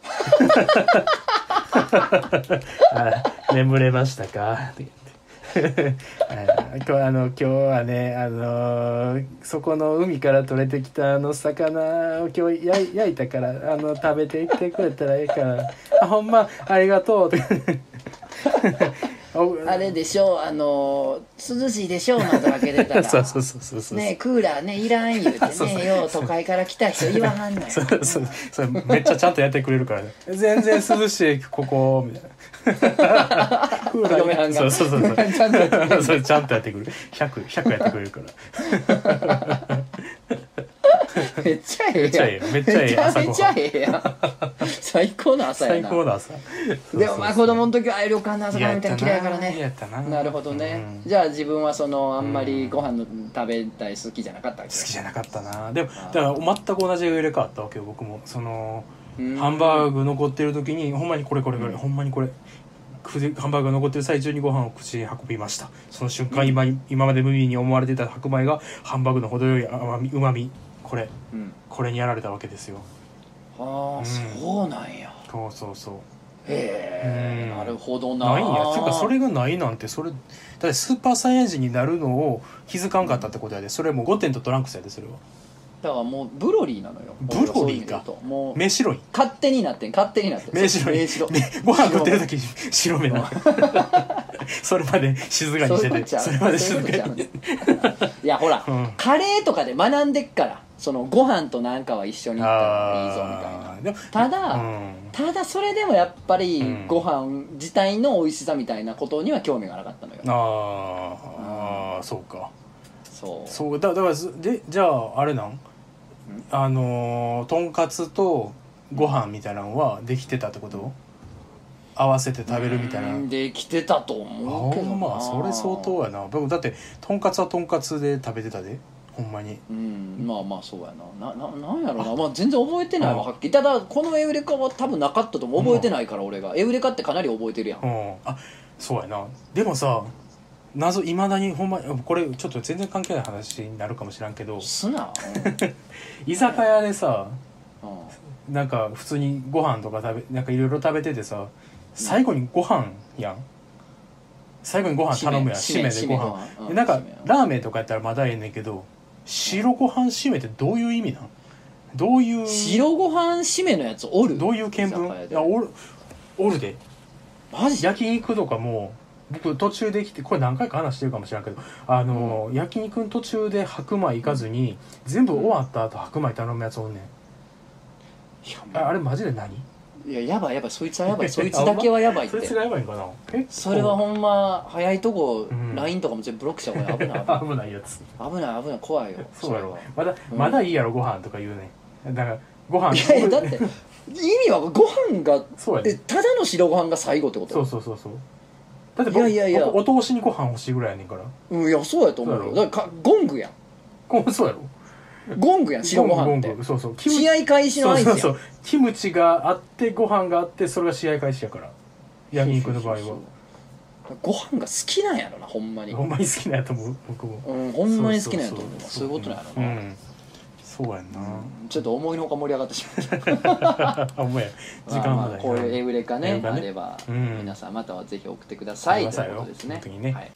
Speaker 2: あ眠れましたかって言って今日あの今日はねあのー、そこの海から取れてきたあの魚を今日焼 い, 焼いたからあの食べていってくれたらいいからあほんまありがとうって
Speaker 1: あれでしょ、あの涼しいでしょなんとかけてたら
Speaker 2: そうそうそうそうそう
Speaker 1: ね、クーラーねいらん言うてね、そうそうよう都会から来た人言わはんのよ
Speaker 2: そうそうそれめっちゃちゃんとやってくれるからね全然涼しいここみたいなクーラー
Speaker 1: 嫁はんが
Speaker 2: そうそうそうそう
Speaker 1: ちゃんとやってくれる
Speaker 2: それちゃんとやってくるひゃく、ひゃくやってくれるから
Speaker 1: めっちゃええやん
Speaker 2: めっちゃええめっちゃええ朝ごはん
Speaker 1: めちゃめちゃええやん最高の朝や
Speaker 2: 最
Speaker 1: な
Speaker 2: 高の朝
Speaker 1: でもまあ子供の時はああいう旅館の朝ごはんみたいな嫌いやからね
Speaker 2: やったな
Speaker 1: なるほどね、
Speaker 2: うん
Speaker 1: じゃあ自分はそのあんまりご飯の食べたい好きじゃなかったわけ
Speaker 2: 好きじゃなかったなでもだから全く同じ入れ替わったわけよ僕もそのハンバーグ残ってる時にほんまにこれこれこれ、うん、ほんまにこれハンバーグが残ってる最中にご飯を口に運びました。その瞬間、うん、今, 今まで無味に思われてた白米がハンバーグの程よい甘みうまみこれ、うん、これにやられたわけですよ。
Speaker 1: ああ、うん、そうなんや。
Speaker 2: そうそうそう
Speaker 1: へえ、なるほどな。
Speaker 2: ないんやっていうかそれがないなんてそれだってスーパーサイヤ人になるのを気づかんかったってことやで。それもごてんとトランクスやでそれは。
Speaker 1: だからもうブロリーなのよ。
Speaker 2: ブロリーか。もう目白い。
Speaker 1: 勝手になってん勝手になってん。
Speaker 2: 目白い。ご飯食ってる時白目な。それまで静かにしてて。それまで静かに。い
Speaker 1: やほら、うん、カレーとかで学んでっから。そのご飯となんかは一緒に行ったらいいぞみたいな。ただ、うん、ただそれでもやっぱりご飯自体の美味しさみたいなことには興味がなかったのよ。
Speaker 2: ああ、うん、そうか。
Speaker 1: そう
Speaker 2: そうだだからでじゃああれなん、あのー、とんかつとご飯みたいなのはできてたってこと？合わせて食べるみたいな。
Speaker 1: できてたと思うけどな。
Speaker 2: まあそれ相当やな。だってとんかつはとんかつで食べてたで。ほんまに、
Speaker 1: うん、まあまあそうやな。な、な、なんやろな、まあ、全然覚えてないわはっきり。ただこのエウレカは多分なかったと思う。覚えてないから俺がエウレカってかなり覚えてるやん、うん、
Speaker 2: あそうやな。でもさ謎いまだにほんまこれちょっと全然関係ない話になるかもしらんけど
Speaker 1: すな、
Speaker 2: うん、居酒屋でさ、うん、なんか普通にご飯とか食べなんかいろいろ食べててさ最後にご飯やん、最後にご飯頼むやん締めでご飯、うん、なんかラーメンとかやったらまだええねんけど白ご飯締めってどういう意味なん？どういう
Speaker 1: 白ご飯締めのやつおる？
Speaker 2: どういう見聞？いやおるおるで。
Speaker 1: マジ？
Speaker 2: 焼肉とかも僕途中で来てこれ何回か話してるかもしれんけどあの、うん、焼肉の途中で白米行かずに全部終わった後白米頼むやつおんねん。あ, あれマジで何？
Speaker 1: いややばいやばいそいつはやばいそいつだけはやばいって。
Speaker 2: そいつがやばいんかな。
Speaker 1: それはほんま早いとこ、うん、ライン とかも全部ブロックした方が危ない危ない
Speaker 2: 危ないやつ
Speaker 1: 危ない危ない怖いよ。
Speaker 2: そうやろまだ、うん、まだいいやろご飯とか言うねん。だからご飯
Speaker 1: いやいやだって意味はご飯がそうやね、ただの白ご飯が最後ってこと？
Speaker 2: そうそうそうそう。だって僕いやいやいやお通しにご飯欲しいぐらいやねんから。
Speaker 1: うんいやそうやと思うよ。だからかゴングやん。
Speaker 2: そうやろ
Speaker 1: ゴングやん白ご飯って。
Speaker 2: そうそう
Speaker 1: 試合開始の合図やん。
Speaker 2: そうそうそうキムチがあってご飯があってそれが試合開始やから焼肉の場合は。そうそうそう
Speaker 1: そうご飯が好きなんやろなほんまに。
Speaker 2: ほんまに好きなんやと思う僕も。
Speaker 1: うんほんまに好きなんやと思う。そういうことなんやろな。うん
Speaker 2: そうやんな、うん、
Speaker 1: ちょっと思いのほか盛り上がってしまった
Speaker 2: あんまや時間まだ、
Speaker 1: こういうエウレカね、ねあれば、うん、皆さんまたはぜひ送ってくださいということですね。ねはい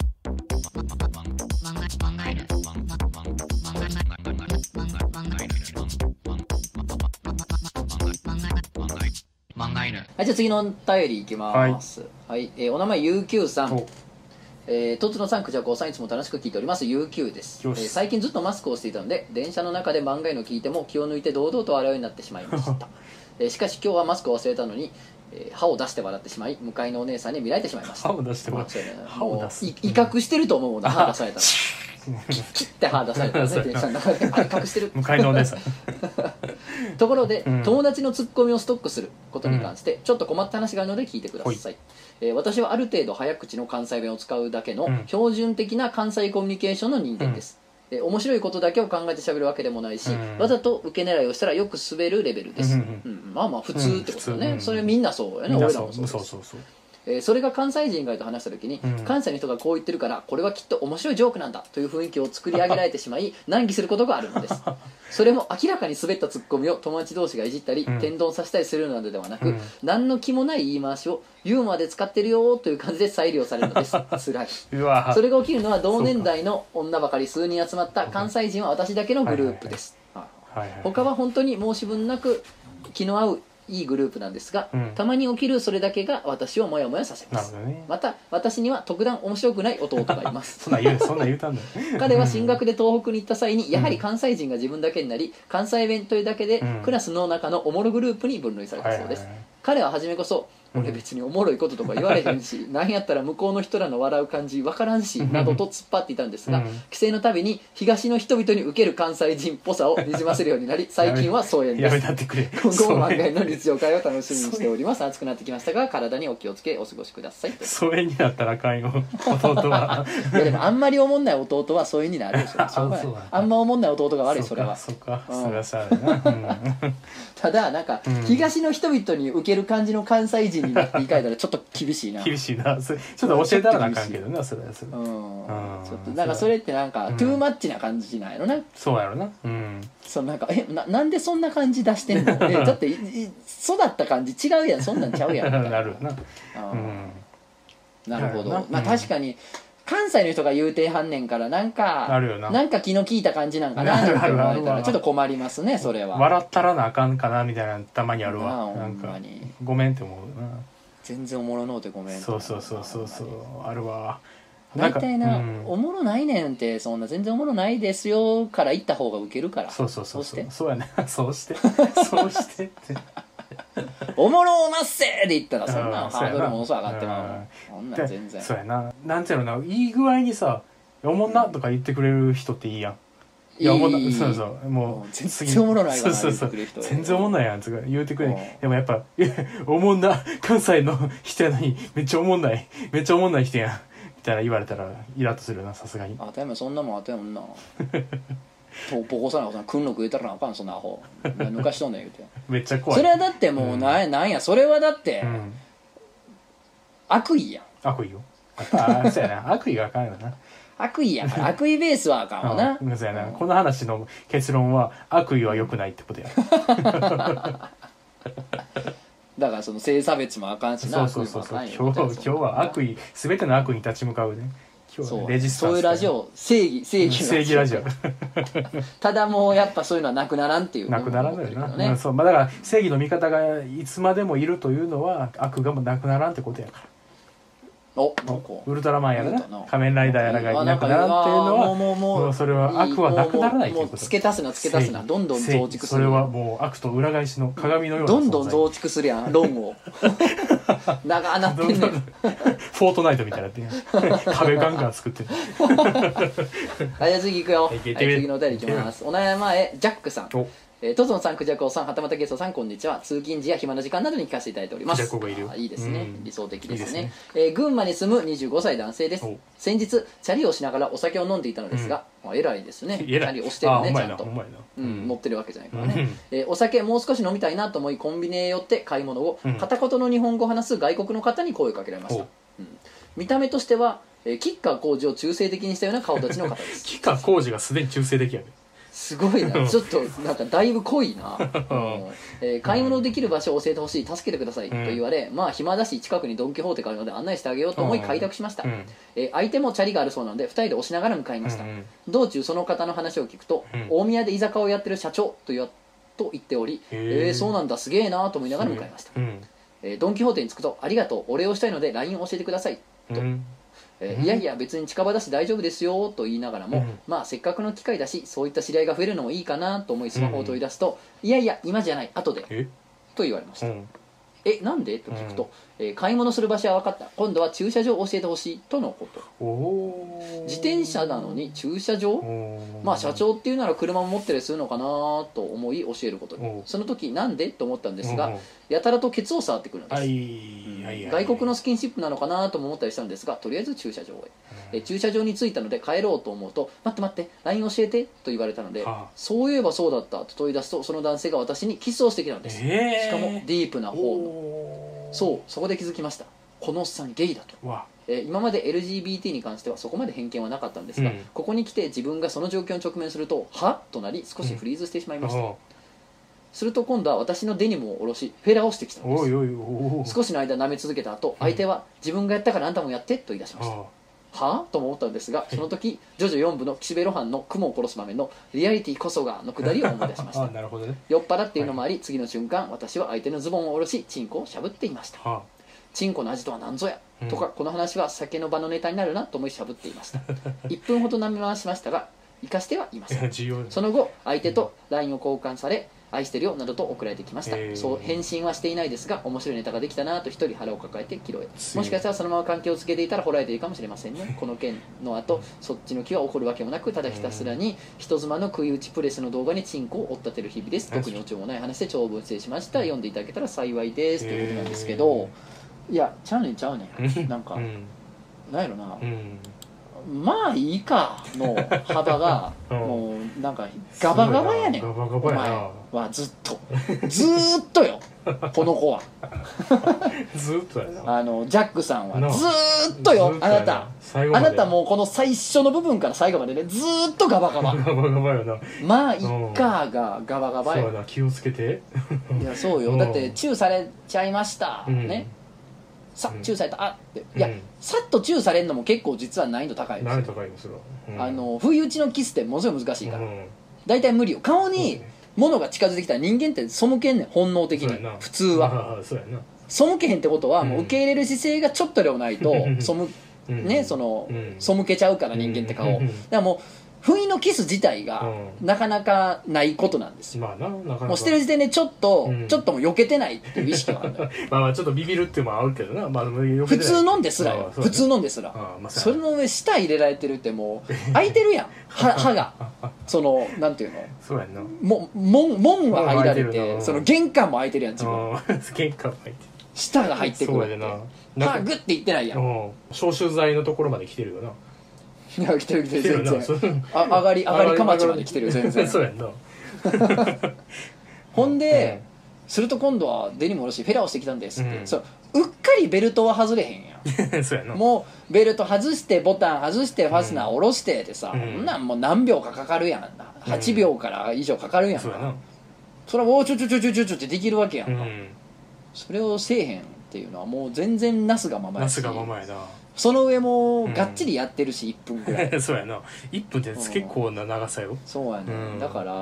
Speaker 1: はい、じゃあ次のお便りいきます、はいはいえー、お名前ゆうきゅうさんえー、とつのさん、くじゃこさんいつも楽しく聞いております ユーキュー です、えー、最近ずっとマスクをしていたので電車の中で漫画への聞いても気を抜いて堂々と笑うようになってしまいました、えー、しかし今日はマスクを忘れたのに、えー、歯を出して笑ってしまい向かいのお姉さんに見られてしまいました。
Speaker 2: 歯を出して笑って、
Speaker 1: ね、歯を出す威嚇してると思うもんな歯出されたら切って歯出されたらね電車の中であれ隠してる
Speaker 2: 向かいのお姉さん
Speaker 1: ところで、うん、友達のツッコミをストックすることに関して、うん、ちょっと困った話があるので聞いてください、えー、私はある程度早口の関西弁を使うだけの標準的な関西コミュニケーションの人間です、うん、えー、面白いことだけを考えて喋るわけでもないし、うん、わざと受け狙いをしたらよく滑るレベルです、うんうん、まあまあ普通ってことだね、うん、それみんなそうやね、俺らもそうです。そうそうそうえー、それが関西人がと話した時に、うん、関西の人がこう言ってるからこれはきっと面白いジョークなんだという雰囲気を作り上げられてしまい難儀することがあるのです。それも明らかに滑ったツッコミを友達同士がいじったり、うん、天丼させたりするのではなく、うん、何の気もない言い回しをユーモアで使ってるよという感じで再利用されるのです。辛い。それが起きるのは同年代の女ばかり数人集まった関西人は私だけのグループです。他は本当に申し分なく気の合ういいグループなんですが、
Speaker 2: うん
Speaker 1: たまに起きるそれだけが私をモヤモヤさせます。
Speaker 2: なるほどね。
Speaker 1: また私には特段面白くない弟がいます
Speaker 2: そんなん言うそんなん言うたんだよ。
Speaker 1: 彼は進学で東北に行った際にやはり関西人が自分だけになり、関西弁というだけで
Speaker 2: うん
Speaker 1: クラスの中のおもろグループに分類されたそうです。
Speaker 2: はいはいはい
Speaker 1: 彼は初めこそ俺別におもろいこととか言われへんし、なんやったら向こうの人らの笑う感じ分からんしなどと突っ張っていたんですが、
Speaker 2: うん
Speaker 1: 帰省のたびに東の人々に受ける関西人っぽさをにじませるようになり、最近は疎遠で
Speaker 2: やめ
Speaker 1: す。
Speaker 2: たってくれ。
Speaker 1: 今後も漫画の日常会を楽しみにしております。暑くなってきましたが体にお気をつけお過ごしください。
Speaker 2: 疎遠になったらあかんよ弟は。
Speaker 1: いやでもあんまりおもんない弟は疎遠になるでしょ。しょうがない
Speaker 2: そうだ
Speaker 1: あんまおもんない弟が悪い、それは。
Speaker 2: そうか
Speaker 1: うん
Speaker 2: それはさあな、うん
Speaker 1: ただなんか、
Speaker 2: うん
Speaker 1: 東の人々に受ける感じの関西人になって言い換えたらちょっと厳しいな。
Speaker 2: 厳しいな。それちょっと教えたらなあかんけどな、それはそれ。
Speaker 1: うん、
Speaker 2: うん
Speaker 1: ちょっとなんかそれってなんか、
Speaker 2: うん
Speaker 1: トゥーマッチな感じなんやろな。
Speaker 2: そうやろな。うん。
Speaker 1: そのなんかえななんでそんな感じ出してんのえだっていい育った感じ違うやん、そんなんちゃうやんみたいな。
Speaker 2: なるな。
Speaker 1: うん
Speaker 2: うん。
Speaker 1: なるほど
Speaker 2: なるな
Speaker 1: まあ確かに関西の人が言うてはんねんからなんか
Speaker 2: あるよな
Speaker 1: なんか気の利いた感じなんかなって思われたらちょっと困りますね、それは。
Speaker 2: 笑ったらなあかんかなみたいなたまにある
Speaker 1: なあ
Speaker 2: わ。なんか
Speaker 1: ほんまに
Speaker 2: ごめんって思うな。
Speaker 1: 全然おもろのうてごめん。
Speaker 2: そうそうそうそうそうあるわ。
Speaker 1: 大体な、
Speaker 2: うん
Speaker 1: おもろないねんってそんな全然おもろないですよから言った方がウケるから。
Speaker 2: そうそうそうそう
Speaker 1: して
Speaker 2: そうやね。そうしてそうしてって
Speaker 1: おもろまっせーで言ったらそんな
Speaker 2: うん
Speaker 1: ハードルものすごい上がってまうも
Speaker 2: うん
Speaker 1: ん。そんなん全然
Speaker 2: そうやな。なんていうのな、いい具合にさ「おもんな」とか言ってくれる人っていいやん。いやおもんな、
Speaker 1: いい
Speaker 2: そうそうも
Speaker 1: もう
Speaker 2: う
Speaker 1: 全然おもろないわな
Speaker 2: そうそうそう
Speaker 1: 言ってくれる人
Speaker 2: 全然おもんないやんとか言うてくれ
Speaker 1: うん
Speaker 2: でもやっぱ「いやおもんな関西の人やのにめっちゃおもんないめっちゃおもんない人やん」みたいな言われたらイラッとするな、さすがに。
Speaker 1: あたやめそんなもんあたやもんなとボコさなあかん、訓の食えたらなあかん、そんなアホ抜かしとんねん言うて。
Speaker 2: めっちゃ怖い。
Speaker 1: それはだってもうな、なんやそれはだって、
Speaker 2: うん
Speaker 1: 悪意やん。
Speaker 2: 悪意よ。ああそうやな、悪意があかんよな。
Speaker 1: 悪意やから悪意ベースはあかんわな。
Speaker 2: うんそうやな。この話の結論は悪意は良くないってことや。
Speaker 1: だからその性差別もあかんしな。
Speaker 2: そうそうそうそう。
Speaker 1: 悪意
Speaker 2: 今日
Speaker 1: もあかんよ
Speaker 2: 今日は悪意全ての悪意に立ち向かうね。今日
Speaker 1: そう
Speaker 2: はレジスタンス
Speaker 1: そういうラジオ正義正義の
Speaker 2: 正義ラジオ
Speaker 1: ただもうやっぱそういうのはなくならんっていう
Speaker 2: なくならんのよな、
Speaker 1: 思ってるけどね
Speaker 2: うんそうまあ、だから正義の味方がいつまでもいるというのは悪がなくならんってことやから。
Speaker 1: おなんか
Speaker 2: ウルトラマンやらな
Speaker 1: 言うたな
Speaker 2: 仮面ライダーやらがいなくならんっていうのは
Speaker 1: あなんかもうもうもう
Speaker 2: もうそれは悪はなくならないということ。
Speaker 1: もう付け足すな付け足すなどんどん増築する
Speaker 2: それはもう悪と裏返しの鏡のような
Speaker 1: どんどん
Speaker 2: 存在
Speaker 1: 増築するやん論を長なってんねん
Speaker 2: フォートナイトみたいになってん壁ガンガン作ってる。
Speaker 1: はいじゃあ次いくよ、はい、
Speaker 2: はい行ってみる
Speaker 1: 次のお便りいきます。お悩み前ジャックさん、
Speaker 2: お
Speaker 1: えー、トゾンさん、クジャコウさん、はたまたゲストさん、こんにちは。通勤時や暇な時間などに聞かせていただいております。
Speaker 2: クジャコウがいるよ
Speaker 1: あいいですね、
Speaker 2: うん
Speaker 1: 理想的ですね。
Speaker 2: いいですね
Speaker 1: えー群馬に住むにじゅうごさい男性です
Speaker 2: お。
Speaker 1: 先日、チャリをしながらお酒を飲んでいたのですが、まあ、偉いですね。チ
Speaker 2: えらい
Speaker 1: ャリをしてる
Speaker 2: あほんま
Speaker 1: ね、ちゃんと
Speaker 2: やなほんまやな
Speaker 1: うん、乗ってるわけじゃないからね
Speaker 2: うん、
Speaker 1: えーお酒もう少し飲みたいなと思いコンビニへ寄って買い物を、
Speaker 2: うん
Speaker 1: 片言の日本語を話す外国の方に声をかけられました
Speaker 2: お、
Speaker 1: うん見た目としては、えー、吉川晃司を中性的にしたような顔立ちの方です
Speaker 2: 吉川晃司がすでに中性的やです
Speaker 1: ごいなちょっとなんかだいぶ濃いな、うんえー買い物できる場所を教えてほしい助けてください、
Speaker 2: うん
Speaker 1: と言われまあ暇だし近くにドン・キホーテがあるので案内してあげようと思い開拓しました、
Speaker 2: うん
Speaker 1: えー相手もチャリがあるそうなのでふたりで押しながら向かいました、
Speaker 2: うんうん
Speaker 1: 道中その方の話を聞くと、
Speaker 2: うん
Speaker 1: 大宮で居酒屋をやってる社長と言わと言っており、
Speaker 2: へー
Speaker 1: えーそうなんだすげえなと思いながら向かいました、
Speaker 2: うん
Speaker 1: えードン・キホーテに着くとありがとうお礼をしたいので ライン を教えてください、
Speaker 2: うん
Speaker 1: えー
Speaker 2: うん
Speaker 1: いやいや別に近場だし大丈夫ですよと言いながらも、
Speaker 2: うん
Speaker 1: まあせっかくの機会だしそういった知り合いが増えるのもいいかなと思いスマホを取り出すと、いやいや今じゃない後で
Speaker 2: え
Speaker 1: と言われました、
Speaker 2: うん
Speaker 1: えなんでと聞くと、
Speaker 2: うん
Speaker 1: えー買い物する場所は分かった今度は駐車場を教えてほしいとのこと
Speaker 2: おお
Speaker 1: 自転車なのに駐車場まあ社長っていうなら車も持ってたりするのかなと思い教えることに
Speaker 2: お
Speaker 1: その時なんでと思ったんですが
Speaker 2: うんうん
Speaker 1: やたらとケツを触ってくるんです、
Speaker 2: はいはいはい
Speaker 1: 外国のスキンシップなのかなとも思ったりしたんですがとりあえず駐車場へ、え駐車場に着いたので帰ろうと思うと待って待って ライン 教えてと言われたので、
Speaker 2: はあ
Speaker 1: そういえばそうだったと問い出すとその男性が私にキスをしてきたのです、
Speaker 2: えー
Speaker 1: しかもディープな方の
Speaker 2: おー
Speaker 1: そうそこで気づきましたこのおっさんゲイだと、
Speaker 2: わ
Speaker 1: えー今まで エルジービーティー に関してはそこまで偏見はなかったんですが、
Speaker 2: うん
Speaker 1: ここに来て自分がその状況に直面するとはとなり少しフリーズしてしまいました、
Speaker 2: お
Speaker 1: すると今度は私のデニムを下ろしフェラをしてきたのです
Speaker 2: おいおいおい
Speaker 1: 少しの間舐め続けた後相手は自分がやったからあんたもやってと言い出しました
Speaker 2: あ
Speaker 1: はぁとも思ったのですが、その時ジョジョよん部の岸辺露伴の雲を殺す場面のリアリティこそがのくだりを思い出しました。
Speaker 2: あなるほどね。
Speaker 1: 酔っ払っているのもあり、次の瞬間私は相手のズボンを下ろしチンコをしゃぶっていました。
Speaker 2: はあ、
Speaker 1: チンコの味とは何ぞや、
Speaker 2: うん
Speaker 1: とかこの話は酒の場のネタになるなと思いしゃぶっていました。いっぷんほど舐め回しましたが生かしてはいません。その後相手と ライン を交換され、愛してるよなどと送られてきました。そう返信はしていないですが、面白いネタができたなと一人腹を抱えてキロへ。もしかしたらそのまま関係をつけていたら掘られているかもしれませんね。この件の後そっちの気は起こるわけもなく、ただひたすらに人妻の食い打ちプレスの動画にチンコを追っ立てる日々です。特にオチもない話で長文失礼しました。読んでいただけたら幸いです、ということなんですけど、いやちゃうねんちゃうねんなんか、うん、なんやろな、うんまあいいかの幅がもうなんかガバガバやねん。
Speaker 2: ガバガバやな。
Speaker 1: お前はずっとずーっとよこの子は
Speaker 2: ずーっとやな。
Speaker 1: あのジャックさんはずーっとよ、あなたあなたもうこの最初の部分から最後までねずーっとガバガバ
Speaker 2: ガバガバやな。
Speaker 1: まあいっかがガバガバや。
Speaker 2: そうやな、気をつけて。
Speaker 1: いやそうよ、だってチューされちゃいましたね、さっチューされた、あっていや、うん、さっとチューされるのも結構実は難易度高いですよ。
Speaker 2: 難易度高いですよ、
Speaker 1: うん、あの不意打ちのキスってものすごい難しいから、うん、大体無理よ。顔に物が近づいてきたら人間って背けんねん、本能的に普通は。そうやな、背けへんってことはもう受け入れる姿勢がちょっとでもないと背,、ね、その背けちゃうから人間って顔、だからもう不意のキス自体がなかなかないことなんですよ、まあ、ななかなかもうしてる時点でちょっと、うん、ちょっとも避けてないっていう意識があるんだよ
Speaker 2: まあまあちょっとビビるっていうのもあるけどな、まあ、
Speaker 1: 普通飲んですらよ、普通飲んですら、ああ、まあ、それの上舌入れられてるってもう開いてるやん歯, 歯がそのなんていうの、
Speaker 2: そうやんな、
Speaker 1: も門門は入られて、その玄関も開いてるやん自分
Speaker 2: 玄関も開いてる、
Speaker 1: 舌が入ってくるって歯グッていってないやん、
Speaker 2: 消臭剤のところまで来てるよな。
Speaker 1: いや来てる来てる全然あ上がり上がりかまちまで来てるよ全然
Speaker 2: そうやんな
Speaker 1: ほんで、うん、すると今度はデニム下ろしフェラをしてきたんですって、うん、そううっかりベルトは外れへんやんそうやな、もうベルト外してボタン外してファスナー下ろしてってさ、うん、こんなんもう何秒かかかるやんな、はちびょうから以上かかるやんか、うん、そうやな、それはおーちょちょちょちょちょちょってできるわけやんか、うん、それをせえへんっていうのはもう全然なすがままやし、
Speaker 2: なすがままやな、
Speaker 1: その上もがっちりやってるし、うん、いっぷんぐらい
Speaker 2: そうやな、いっぷんって結構な長さよ、
Speaker 1: そうやね、
Speaker 2: うん、
Speaker 1: だから、うん、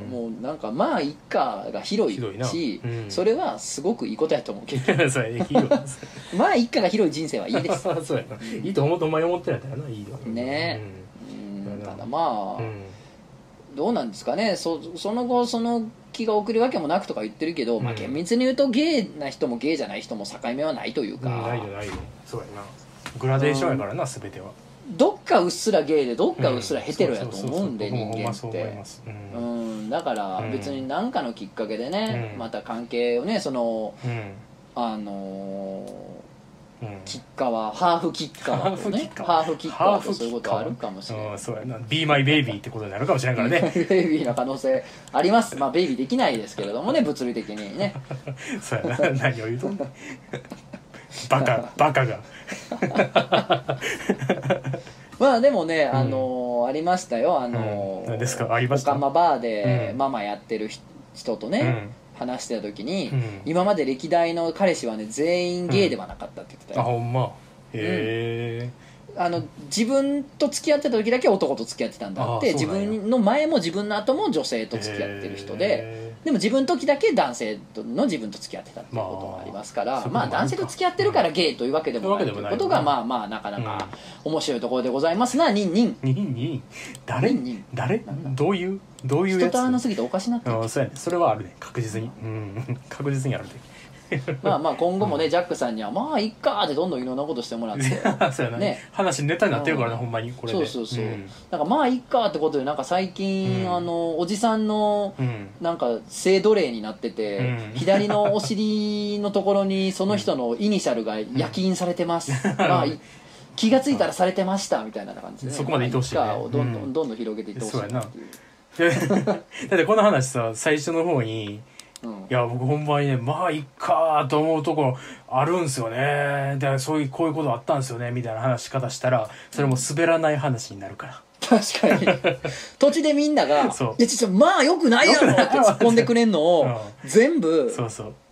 Speaker 1: もうなんかまあ一家が広いし、うん、それはすごくいいことやと思う結局そうやいいよまあ一家が広い人生はいいです
Speaker 2: そうやな、うん、いいと思うとお前思ってないからないいよ
Speaker 1: ね、うん、ただまあ、どうなんですかね、 そ, その後その気が送るわけもなくとか言ってるけど、まあ、厳密に言うとゲイな人もゲイじゃない人も境目はないというか、
Speaker 2: うん、ないよないよ、そうやな、グラデーションやからな、全ては
Speaker 1: どっかうっすらゲイでどっかうっすらヘテロやと思うんで、人間って、うん、だから別に何かのきっかけでね、うん、また関係をね、その、うん、あのーうん、キッカワハーフキッカワとね、ハーフキッカワとそういうことあるかもしれない、
Speaker 2: そうやな、Be My Baby ってことになるかもしれないからね
Speaker 1: ベイビーの可能性あります。まあベイビーできないですけれどもね、物理的にね
Speaker 2: そうやな、何を言うとんだバカバカが
Speaker 1: まあでもね、あのー、ありましたよ、あのー、
Speaker 2: 何ですか、ありました、
Speaker 1: オカマバーでママやってる人とね、うん、話してた時に、うん、今まで歴代の彼氏はね全員ゲイではなかったって言ってたよ、
Speaker 2: うん、あほんま、へえ、
Speaker 1: うん、あの自分と付き合ってた時だけ男と付き合ってたんだって、自分の前も自分の後も女性と付き合ってる人で、でも自分の時だけ男性の自分と付き合ってたっていうこともありますから、まあ、まあ男性と付き合ってるからゲイというわけでもないということが、まあまあなかなか面白いところでございますな。ニンニン
Speaker 2: ニンニン誰誰どういうどういうやつ、
Speaker 1: 人と会わなすぎておかしなってる。
Speaker 2: そうやね、それはあるね、確実に、うん、確実にあるね
Speaker 1: まあまあ今後もね、うん、ジャックさんにはまあいっかってどんどんいろんなことしてもらって
Speaker 2: そうやな、ね、話ネタになってるからね、うん、ほんまにこれで、
Speaker 1: そうそうそう、うん、なんかまあいっかってことで、なんか最近、うん、あのおじさんのなんか性奴隷になってて、うん、左のお尻のところにその人のイニシャルが焼き印されてます、うん、まあ気がついたらされてましたみたいな感じで、ね、
Speaker 2: そこまでいってほしいね、
Speaker 1: をどんどんどんどん広げていってほしいなっていう、
Speaker 2: だってこの話さ、最初の方にうん、いや僕ほんまにね、まあいっかと思うところあるんすよね、でそういうこういうことあったんすよねみたいな話し方したら、それも滑らない話になるから、
Speaker 1: 確かに土地でみんなが「いやちょっとまあよくないやろ」って突っ込んでくれんのを全部
Speaker 2: そうそう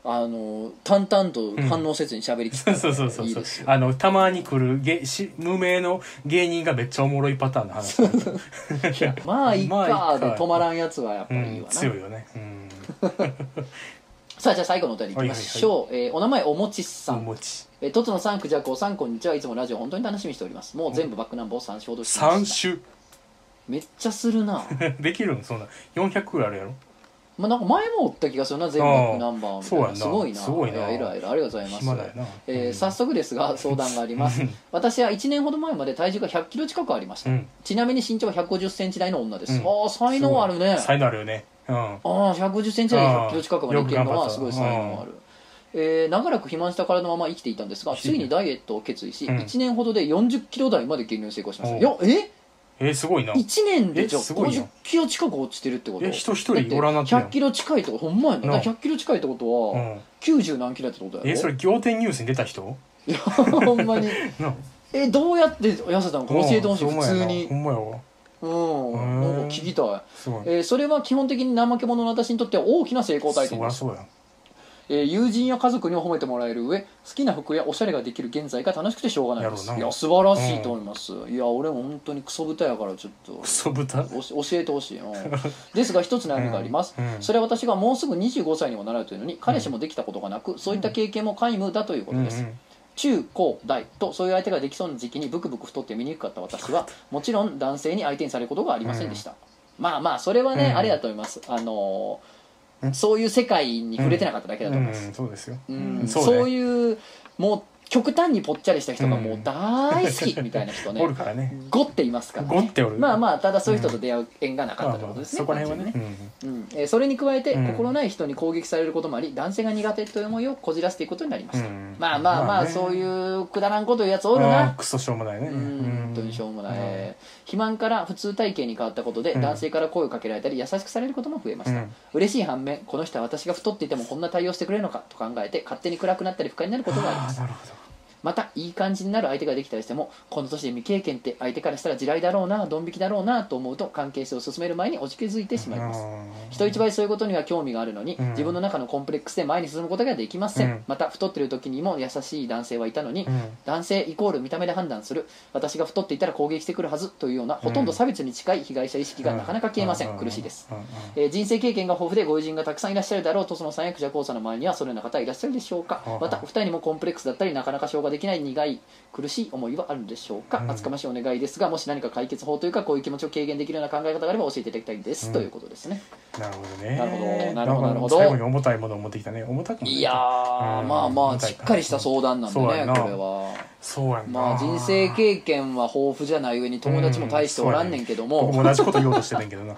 Speaker 1: あの淡々と反応せずに喋りきったら、ね、
Speaker 2: そうそうそうそう
Speaker 1: いいですよ。
Speaker 2: あのたまに来るげし無名の芸人がめっちゃおもろいパターンの話
Speaker 1: いやまあいっかーで止まらんやつはやっぱりいいわな、うん、
Speaker 2: 強いよね、うん、
Speaker 1: さあじゃあ最後のお便りいきましょう、はいはいはい。えー、お名前おもちさん。
Speaker 2: おもち。
Speaker 1: えー、とつのさん、くじゃこうさん、こんにちは。いつもラジオ本当に楽しみにしております。もう全部バックナンバーをさん週ほどしました。さん週めっちゃするな
Speaker 2: できるんそんなよんひゃくぐらいあるやろ。
Speaker 1: まあ、なんか前もおった気がするな、全部バックナンバーみたいな。すごいな。
Speaker 2: すごいな。
Speaker 1: えらいえらいありがとうございます。
Speaker 2: 暇だよな、
Speaker 1: えー、早速ですが相談があります私はいちねんほど前まで体重がひゃっキロ近くありました、うん、ちなみに身長はひゃくごじゅっセンチ台の女です、うん、ああ才能あるね。
Speaker 2: 才能あるよね、うん、
Speaker 1: ああひゃくごじゅっセンチ台でひゃっキロ近くまでいけるのはすごい才能ある。えー、長らく肥満した体のまま生きていたんですが、ついにダイエットを決意し、うん、いちねんほどでよんじゅっキロ台まで減量に成功しました。いやえ
Speaker 2: えー、すごいな。
Speaker 1: いちねんでじゃあごじゅっキロ近く落ちてるってこと。
Speaker 2: え人一人おらなって
Speaker 1: ひゃっキロ近いってことほんまやな。ひゃっキロ近いってことは、うん、きゅうじゅう何キロってことやろ。
Speaker 2: えそれ仰天ニュースに出た人。
Speaker 1: いやほんまにえどうやって痩せたのか教えてほしい、普通に。
Speaker 2: ほんまやわ。
Speaker 1: うんなんか聞きたい。えー、それは基本的に怠け者の私にとっては大きな成功体験です。
Speaker 2: そうやそうや。
Speaker 1: えー、友人や家族にも褒めてもらえる上、好きな服やおしゃれができる現在が楽しくてしょうがないです。いや素晴らしいと思います、うん、いや俺も本当にクソ豚やからちょっと
Speaker 2: クソ豚
Speaker 1: 教えてほしい、うん、ですが一つ悩みがあります、うんうん、それは私がもうすぐにじゅうごさいにもなるというのに彼氏もできたことがなく、うん、そういった経験も皆無だということです、うんうん、中高大とそういう相手ができそうな時期にブクブク太って見にくかった私はもちろん男性に相手にされることがありませんでした、うん、まあまあそれはね、うん、あれだと思います。あのーそういう世界に触れてなかっただけだと思います、
Speaker 2: うんうん、そうですよ、
Speaker 1: うんそうね、そういうもう極端にぽっちゃりした人がもう大好きみたいな人ね、
Speaker 2: おるからね。
Speaker 1: ゴっていますからね。
Speaker 2: ゴっておる。
Speaker 1: まあまあただそういう人と出会う縁がなかったってことですね。
Speaker 2: そこら辺はね。
Speaker 1: うんうんえー、それに加えて、うん、心ない人に攻撃されることもあり、男性が苦手という思いをこじらせていくことになりました。うん、まあまあまあ、まあね、そういうくだらんこと言うやつおるな。
Speaker 2: クソしょうもないね。
Speaker 1: うん本当にしょうもない。肥満から普通体型に変わったことで、うん、男性から声をかけられたり優しくされることも増えました。うん、嬉しい反面、この人は私が太っていてもこんな対応してくれるのかと考えて勝手に暗くなったり不快になることがあります。なるほど。またいい感じになる相手ができたりしても、この年で未経験って相手からしたら地雷だろうな、ドン引きだろうなと思うと関係性を進める前におじけづいてしまいます。人一倍そういうことには興味があるのに、うん、自分の中のコンプレックスで前に進むことができません、うん、また太ってる時にも優しい男性はいたのに、うん、男性イコール見た目で判断する、私が太っていたら攻撃してくるはずというような、ほとんど差別に近い被害者意識がなかなか消えません、苦しいです、えー、人生経験が豊富でご友人がたくさんいらっしゃるだろうと、その三役者講座の周りにはそのような方いらっしゃるでしょうか。またお二人にもコンプレックスだったりなかなか消化できない苦い苦しい思いはあるでしょうか、うん、厚かましいお願いですが、もし何か解決法というかこういう気持ちを軽減できるような考え方があれば教えていただきたいです、うん、ということですね。
Speaker 2: なるほどね。
Speaker 1: なるほどなるほどなるほど。
Speaker 2: 最後に重たいものを持ってきたね。重たくも
Speaker 1: いやー、うん、まあまあしっかりした相談なんでね、これは。
Speaker 2: そうやんな。
Speaker 1: まあ人生経験は豊富じゃない上に友達も大しておらんねんけども、
Speaker 2: うん、同じこと言おうとしてるんけどな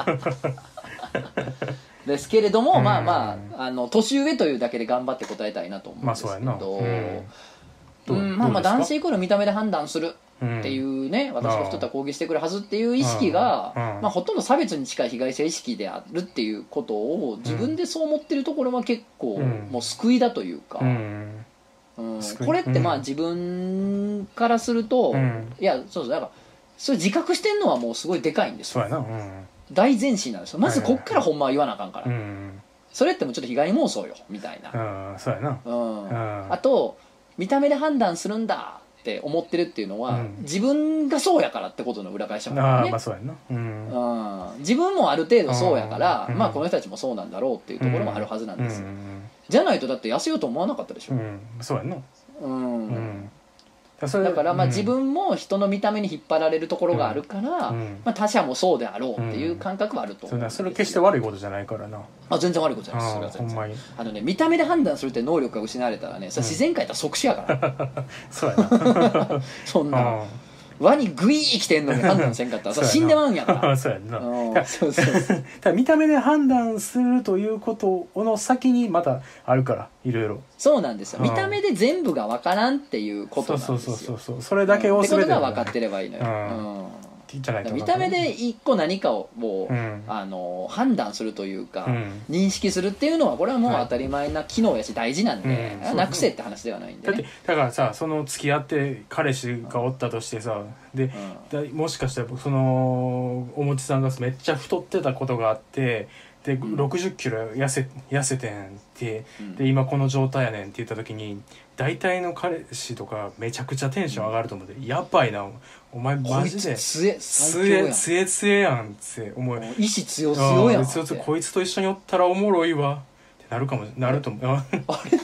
Speaker 1: ですけれども、うん、まあまああの年上というだけで頑張って答えたいなと思うんですけど、まあそうやな、うんうん、まあまあ男性イコール見た目で判断するっていうね、うん、私が太ったら攻撃してくるはずっていう意識が、うんうん、まあ、ほとんど差別に近い被害者意識であるっていうことを自分でそう思ってるところは結構もう救いだというか、うんうん、これってまあ自分からすると、うん、いやそうそうだからそれ自覚してんのはもうすごいでかいんですよ。
Speaker 2: そうやな、うん、
Speaker 1: 大前進なんですよ。まずこっからほんまは言わなあかんから、うん、それってもうちょっと被害妄想よみたいな、
Speaker 2: うん、そうやな、
Speaker 1: うんうん、あと見た目で判断するんだって思ってるっていうのは、うん、自分がそうやからってことの裏返しもあるね。あ、まあそうやな、うんうん、自分もある程度そうやから、うん、まあこの人たちもそうなんだろうっていうところもあるはずなんですよ、うん、じゃないとだって痩せようと思わなかったでしょ、うん、そうやな、うんうんだからまあ自分も人の見た目に引っ張られるところがあるから、うんうんまあ、他者もそうであろうっていう感覚はあると思うんですよ、うん、それ決して悪いことじゃないからな。あ全然悪いことじゃないです。それは全然ほんまにあの、ね、見た目で判断するって能力が失われたらねそれ自然界とは即死やから、うん、そうやなそんなワニグイー来てんのに判断せんかったらそ死んでまうんやからそうやんなそうそうそうただ見た目で判断するということの先にまたあるからいろいろそうなんですよ、うん、見た目で全部が分からんっていうことなんですよ。そうそうそうそうそれだけを全て、うん、ってことが分かってればいいのよ、うんうんじゃないと見た目で一個何かをもう、うん、あの判断するというか、うん、認識するっていうのはこれはもう当たり前な機能やし大事なんで、うん、なくせって話ではないんで、ね、だってだからさその付き合って彼氏がおったとしてさで、うん、もしかしたらそのおもちさんがめっちゃ太ってたことがあって
Speaker 2: でろくじゅっキロ痩せ痩せてんって、うん、で今この状態やねんって言った時に大体の彼氏とかめちゃくちゃテンション上がると思うで、うん、やばいなお前マジで
Speaker 1: つえ
Speaker 2: つえつえつえやんって思う。
Speaker 1: 意志強強やん
Speaker 2: ってこいつと一緒におったらおもろいわってなるかもなると思う。あれ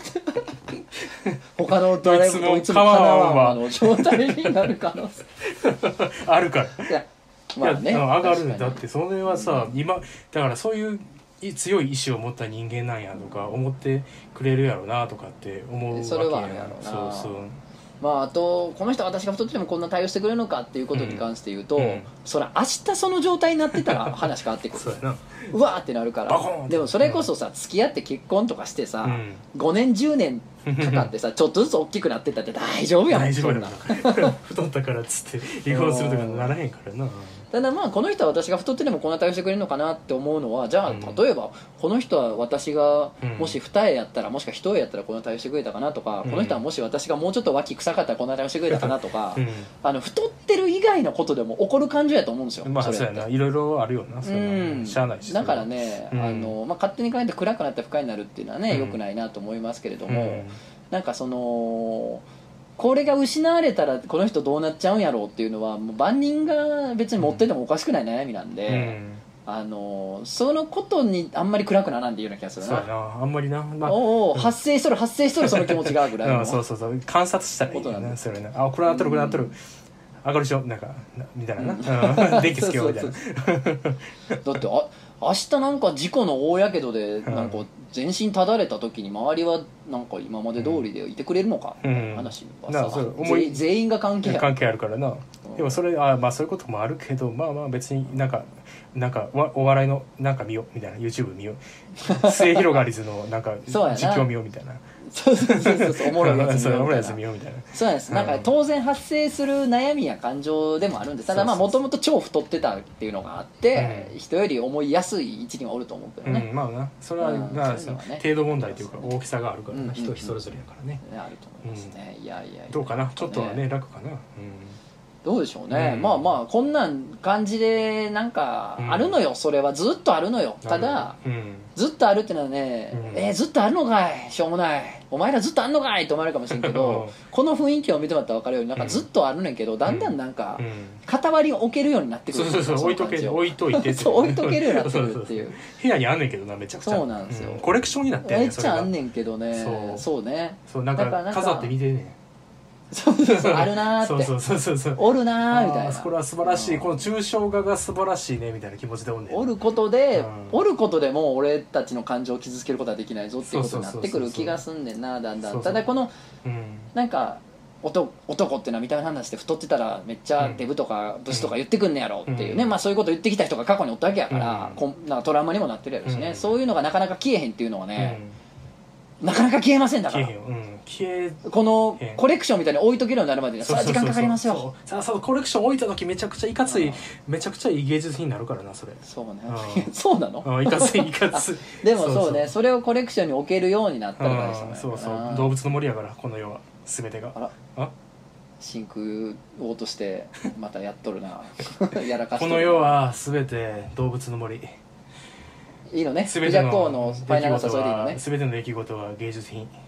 Speaker 1: 他の誰もどいつもかなわんの状態になる可能性
Speaker 2: あるから。いや
Speaker 1: まあね、
Speaker 2: 上がるんだって。それはさ、うん、今だからそういう強い意志を持った人間なんやとか思ってくれるやろなとかって思うわけや。
Speaker 1: それはあるやろな。そうそう。まああとこの人私が太っててもこんな対応してくれるのかっていうことに関して言うと、うんうん、それ明日その状態になってたら話変わってくるそうやな。うわーってなるから。でもそれこそさ付き合って結婚とかしてさ、うん、ごねんじゅうねんかかってさちょっとずつ大きくなってったって大丈夫やん。
Speaker 2: 大丈夫やな太ったからっつって離婚するとかならへんからな。
Speaker 1: ただまあこの人は私が太ってでもこんな対応してくれるのかなって思うのは、じゃあ例えばこの人は私がもし二重やったら、もしくは一重やったらこんな対応してくれたかなとか、この人はもし私がもうちょっと脇臭かったらこんな対応してくれたかなとか、あの太ってる以外のことでも起こる感情やと思うんですよ。
Speaker 2: まあそうやな、いろいろあるよな。そ
Speaker 1: うん
Speaker 2: しゃあないし。
Speaker 1: だからね、あのまあ勝手に考えて暗くなって不快になるっていうのはね良くないなと思いますけれども、なんかそのこれが失われたらこの人どうなっちゃうんやろうっていうのはもう万人が別に持っててもおかしくない悩みなんで、うん、あのそのことにあんまり暗くならんでいいような気がするな。
Speaker 2: そうやな、あんまりな、まあ、
Speaker 1: おお発生しとる発生しとるその気持ちがぐらいの
Speaker 2: そうそうそう観察したらいいよな。それな、あこれなっとるこれなっとる上がるでしょなんかみたいなな、うん、電気つけようみたいな
Speaker 1: だってあ明日なんか事故の大やけどでなんか全身ただれた時に周りはなんか今まで通りでいてくれるのかっていう話はさ、うん、全員が関係ある
Speaker 2: 関係あるからな、うん、でもそれあまあそういうこともあるけど、まあまあ別になんかなんかお笑いのなんか見ようみたいな YouTube 見よう末広がりずのなんか実況見ようみたいな
Speaker 1: そうそうそうそうおもろいやつ
Speaker 2: 見ようみたいな。
Speaker 1: そうなんです、うん、なんか当然発生する悩みや感情でもあるんです。ただまあもともと超太ってたっていうのがあって、うん、人より思いやすい位置にはおると思うけどね、
Speaker 2: うん、まあなそれは、うん、なそね、程度問題というか大きさがあるからな、うん、人それぞれやからね、
Speaker 1: あると思いますね、うん、いやいやいや
Speaker 2: どうかなちょっとはね楽かな、うん
Speaker 1: どうでしょうね、うん、まあまあこんなん感じでなんかあるのよ、うん、それはずっとあるのよ。ただ、うん、ずっとあるってのはね、うん、えー、ずっとあるのかいしょうもないお前らずっとあんのかいと思われるかもしれんけどこの雰囲気を見てもらったら分かるようになんかずっとあるねんけど、だんだんなんか片割りを置けるようになってくる、
Speaker 2: そうそうそう置いとけ置いといて
Speaker 1: そう置いとけるようになってくるっていう
Speaker 2: 部屋にあんねんけどなめちゃくちゃ
Speaker 1: そうなんですよ、
Speaker 2: コレクションになってんねん
Speaker 1: めっちゃあんねんけどねそうそうね
Speaker 2: そうなんか飾って見てね
Speaker 1: そうそうそうあるなーって
Speaker 2: そうそうそうそう
Speaker 1: おるなーみたいな
Speaker 2: これは素晴らしい、この抽象画が素晴らしいねみたいな気持ちでおんねん。
Speaker 1: おることで、うん、おることでも俺たちの感情を傷つけることはできないぞっていうことになってくる気がすんねんなだんだん。ただこの、うん、なんか男, 男っていうのは見た目の話で太ってたらめっちゃデブとかブスとか言ってくんねやろっていうね、うん、まあそういうこと言ってきた人が過去におったわけやから、うん、こんなトラウマにもなってるやろしね、うん、そういうのがなかなか消えへんっていうのはね、うん、なかなか消えませんだから消えへん、うん消えこのコレクションみたいに置いとけるようになるまでさあ時間かかりますよ。
Speaker 2: さあそのコレクション置いた時めちゃくちゃいかついめちゃくちゃいい芸術品になるからなそれ。
Speaker 1: そうねそうなの
Speaker 2: いかついいかつい
Speaker 1: でもそうねそれをコレクションに置けるようになったら大事だね。
Speaker 2: そうそう動物の森やからこの世は全てがあら
Speaker 1: あ真空王としてまたやっとるなやらかしてる
Speaker 2: この世は全て動物の森
Speaker 1: いいのね。全てののファイナルアンサーそれでいいのね。
Speaker 2: 全ての出来事は芸術品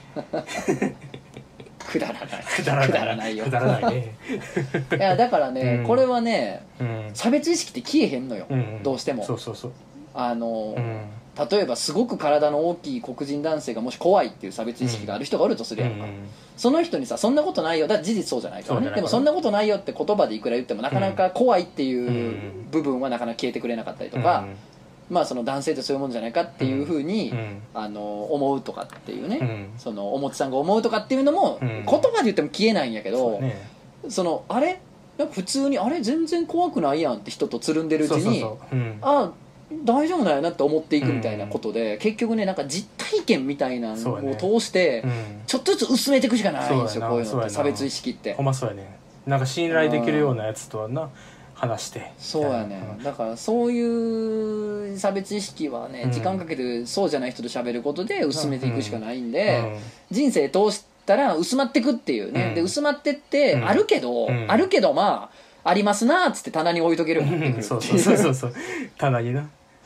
Speaker 1: くだらない
Speaker 2: くだらないくだらないよくだらないね
Speaker 1: いやだからね、うん、これはね、
Speaker 2: うん、
Speaker 1: 差別意識って消えへんのよ、うん、どうしても
Speaker 2: そうそうそう
Speaker 1: あの、うん、例えばすごく体の大きい黒人男性がもし怖いっていう差別意識がある人がおるとするやんか、うん、その人にさそんなことないよだから事実そうじゃないからねでもそんなことないよって言葉でいくら言ってもなかなか怖いっていう部分はなかなか消えてくれなかったりとか、うんまあ、その男性ってそういうもんじゃないかっていうふうに、うん、あの思うとかっていうね、うん、そのおもちさんが思うとかっていうのも、うん、言葉で言っても消えないんやけど、そ、ね、そのあれなんか普通にあれ全然怖くないやんって人とつるんでるうちにそうそうそう、うん、あ大丈夫だよなって思っていくみたいなことで、うん、結局ねなんか実体験みたいなのを通して、ねうん、ちょっとずつ薄めていくしかないんですよこういうのって差別意識って
Speaker 2: ほんまそうやねなんか信頼できるようなやつとはな話して
Speaker 1: そうやね、うん、だからそういう差別意識はね、うん、時間かけてそうじゃない人と喋ることで薄めていくしかないんで、うんうん、人生通したら薄まっていくっていうね、うん、で薄まってって、うん、あるけど、うん、あるけどまあありますなっつって棚に置いとけるようになってくるっていう
Speaker 2: そうそうそうそう棚にな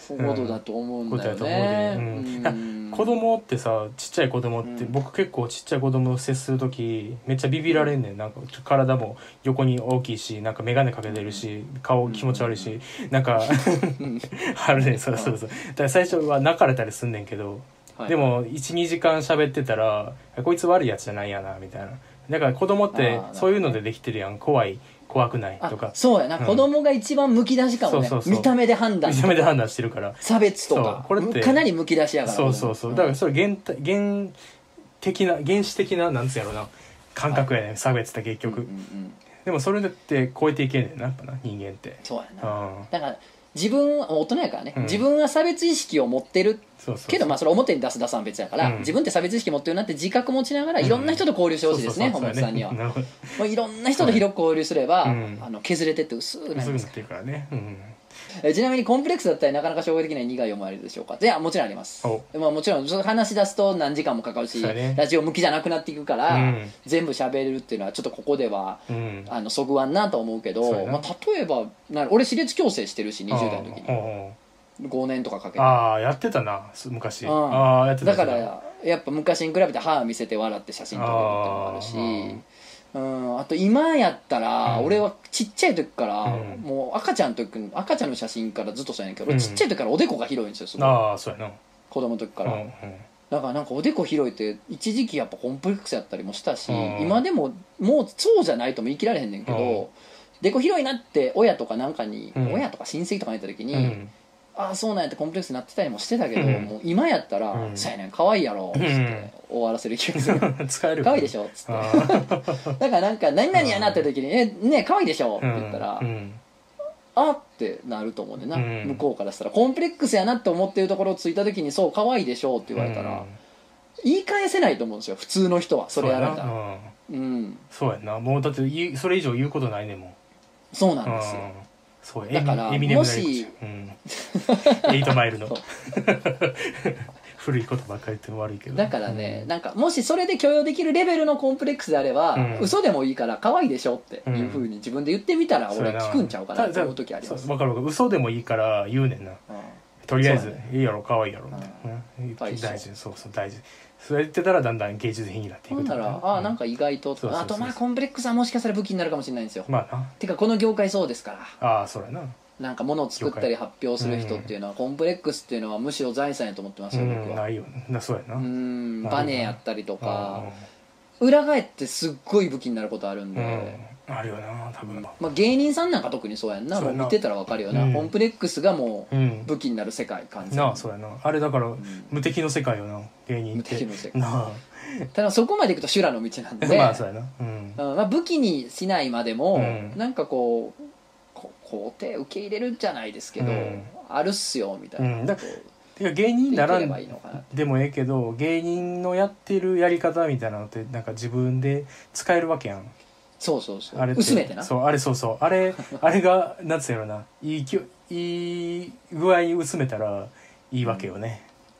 Speaker 1: そういうことだと思うんだよね、
Speaker 2: ことやと思うで、うんうん、子供ってさちっちゃい子供って、うん、僕結構ちっちゃい子供と接する時めっちゃビビられんねん。なんか体も横に大きいしなんか眼鏡かけてるし顔気持ち悪いし、うん、なんかあるね。そうそうそう。だから最初は泣かれたりすんねんけど、はい、でも いちにじかん喋ってたらこいつ悪いやつじゃないやなみたいな。だから子供ってそういうのでできてるやん。怖い怖くないとか。
Speaker 1: そうやな、うん、子供が一番むき出しかもね。そうそうそう、見た目で判断
Speaker 2: 見た目で判断してるから
Speaker 1: 差別とかこれってかなりむき出しやから。
Speaker 2: そうそうそう、うん、だからそれ原原的な原始的ななんつうやろな感覚やね、はい、差別って結局、うんうんうん、でもそれだって超えていけんねんなやっぱな人間って。
Speaker 1: そうやな、うん、だから自分は大人やからね、うん、自分は差別意識を持ってるそうそうそうけど、まあそれ表に出す出さん別やから、うん、自分って差別意識持ってるなって自覚持ちながらいろんな人と交流してほしいですね、本松さんには。もういろんな人と広く交流すれば、うん、あの削れてって薄くなりますから。
Speaker 2: からね、うん、
Speaker 1: えちなみにコンプレックスだったりなかなか消化できない苦い思いあるでしょうか。いやもちろんあります。まあ、もちろん話し出すと何時間もかかるし、ね、ラジオ向きじゃなくなっていくから、うん、全部喋れるっていうのはちょっとここでは、うん、あのそぐわんなと思うけど、まあ、例えばな俺私立矯正してるしにじゅう代の時にごねんとかかけて。
Speaker 2: ああやってたな昔、
Speaker 1: うん、あやってた。だからやっぱ昔に比べて歯見せて笑って写真撮れるっていうのもあるし、うん、あと今やったら、うん、俺はちっちゃい時から、うん、もう赤ちゃんの時赤ちゃんの写真からずっとそうやねんけど、うん、俺ちっちゃい時からおでこが広いんですよすごい。
Speaker 2: ああそうやな
Speaker 1: 子供の時から、うんうん、だからなんかおでこ広いって一時期やっぱコンプレックスやったりもしたし、うん、今でももうそうじゃないとも言い切られへんねんけど、うん、でこ広いなって親とかなんかに、うん、親とか親戚とかに言った時に、うんああそうなんやってコンプレックスになってたりもしてたけど、うん、もう今やったら「そうやねん可愛いやろ」っつって終わらせる気がする
Speaker 2: 使える
Speaker 1: 可愛いでしょっつってだからなんか「何々やな」って時に「えね可愛いでしょ」って言ったら「うん、あっ」ってなると思うねんな、うん、向こうからしたらコンプレックスやなって思ってるところをついた時に「そう可愛いでしょ」って言われたら、うん、言い返せないと思うんですよ普通の人は。それやられたらうん、うん、
Speaker 2: そうやんな。もうだってそれ以上言うことないねんもん。
Speaker 1: そうなんですよ。
Speaker 2: そう
Speaker 1: だから
Speaker 2: エミネムもし、うん、エイトマイルの古いことばっかり言っても悪いけど
Speaker 1: だからね、うん、なんかもしそれで許容できるレベルのコンプレックスであれば、うん、嘘でもいいから可愛いでしょっていうふうに自分で言ってみたら俺聞くんちゃうかなって思う時あります。
Speaker 2: 分かる分かる。嘘でもいいから言うねんな、うん、とりあえず、ね、いいやろ可愛いやろみたいな、うん、大事そうそう大事。それ言ってたらだんだん芸術品になっていく
Speaker 1: とか、ね、ああなんか意外と、うん、あとまあコンプレックスはもしかしたら武器になるかもしれないんですよ。まあなてかこの業界そうですから。
Speaker 2: ああそうやな。
Speaker 1: なんか物を作ったり発表する人っていうのは、うん、コンプレックスっていうのはむしろ財産やと思ってますよ、うん、僕は。
Speaker 2: ないよな。そうやな。
Speaker 1: うんバネやったりとか、うん、裏返ってすっごい武器になることあるんで、
Speaker 2: うん、あるよな多分。
Speaker 1: まあ、芸人さんなんか特にそうやんな。もう見てたら分かるよな、うん、コンプレックスがもう武器になる世界感じ
Speaker 2: なあ。そうやなあれだから、うん、無敵の世界よな芸人って。無敵の世界なあ。
Speaker 1: ただそこまでいくと修羅の道なんで
Speaker 2: まあそうやな、うん
Speaker 1: うんまあ、武器にしないまでも、うん、なんかこう肯定受け入れるじゃないですけど、うん、あるっすよみたいな、うん、だ
Speaker 2: てか芸人ならんでもええけど芸人のやってるやり方みたいなのってなんか自分で使えるわけやん。
Speaker 1: そうそうそう
Speaker 2: あれ
Speaker 1: 薄めてな。
Speaker 2: そうあれそうそうあれあれがなんつうやろないいきいい具合に薄めたらいいわけよね、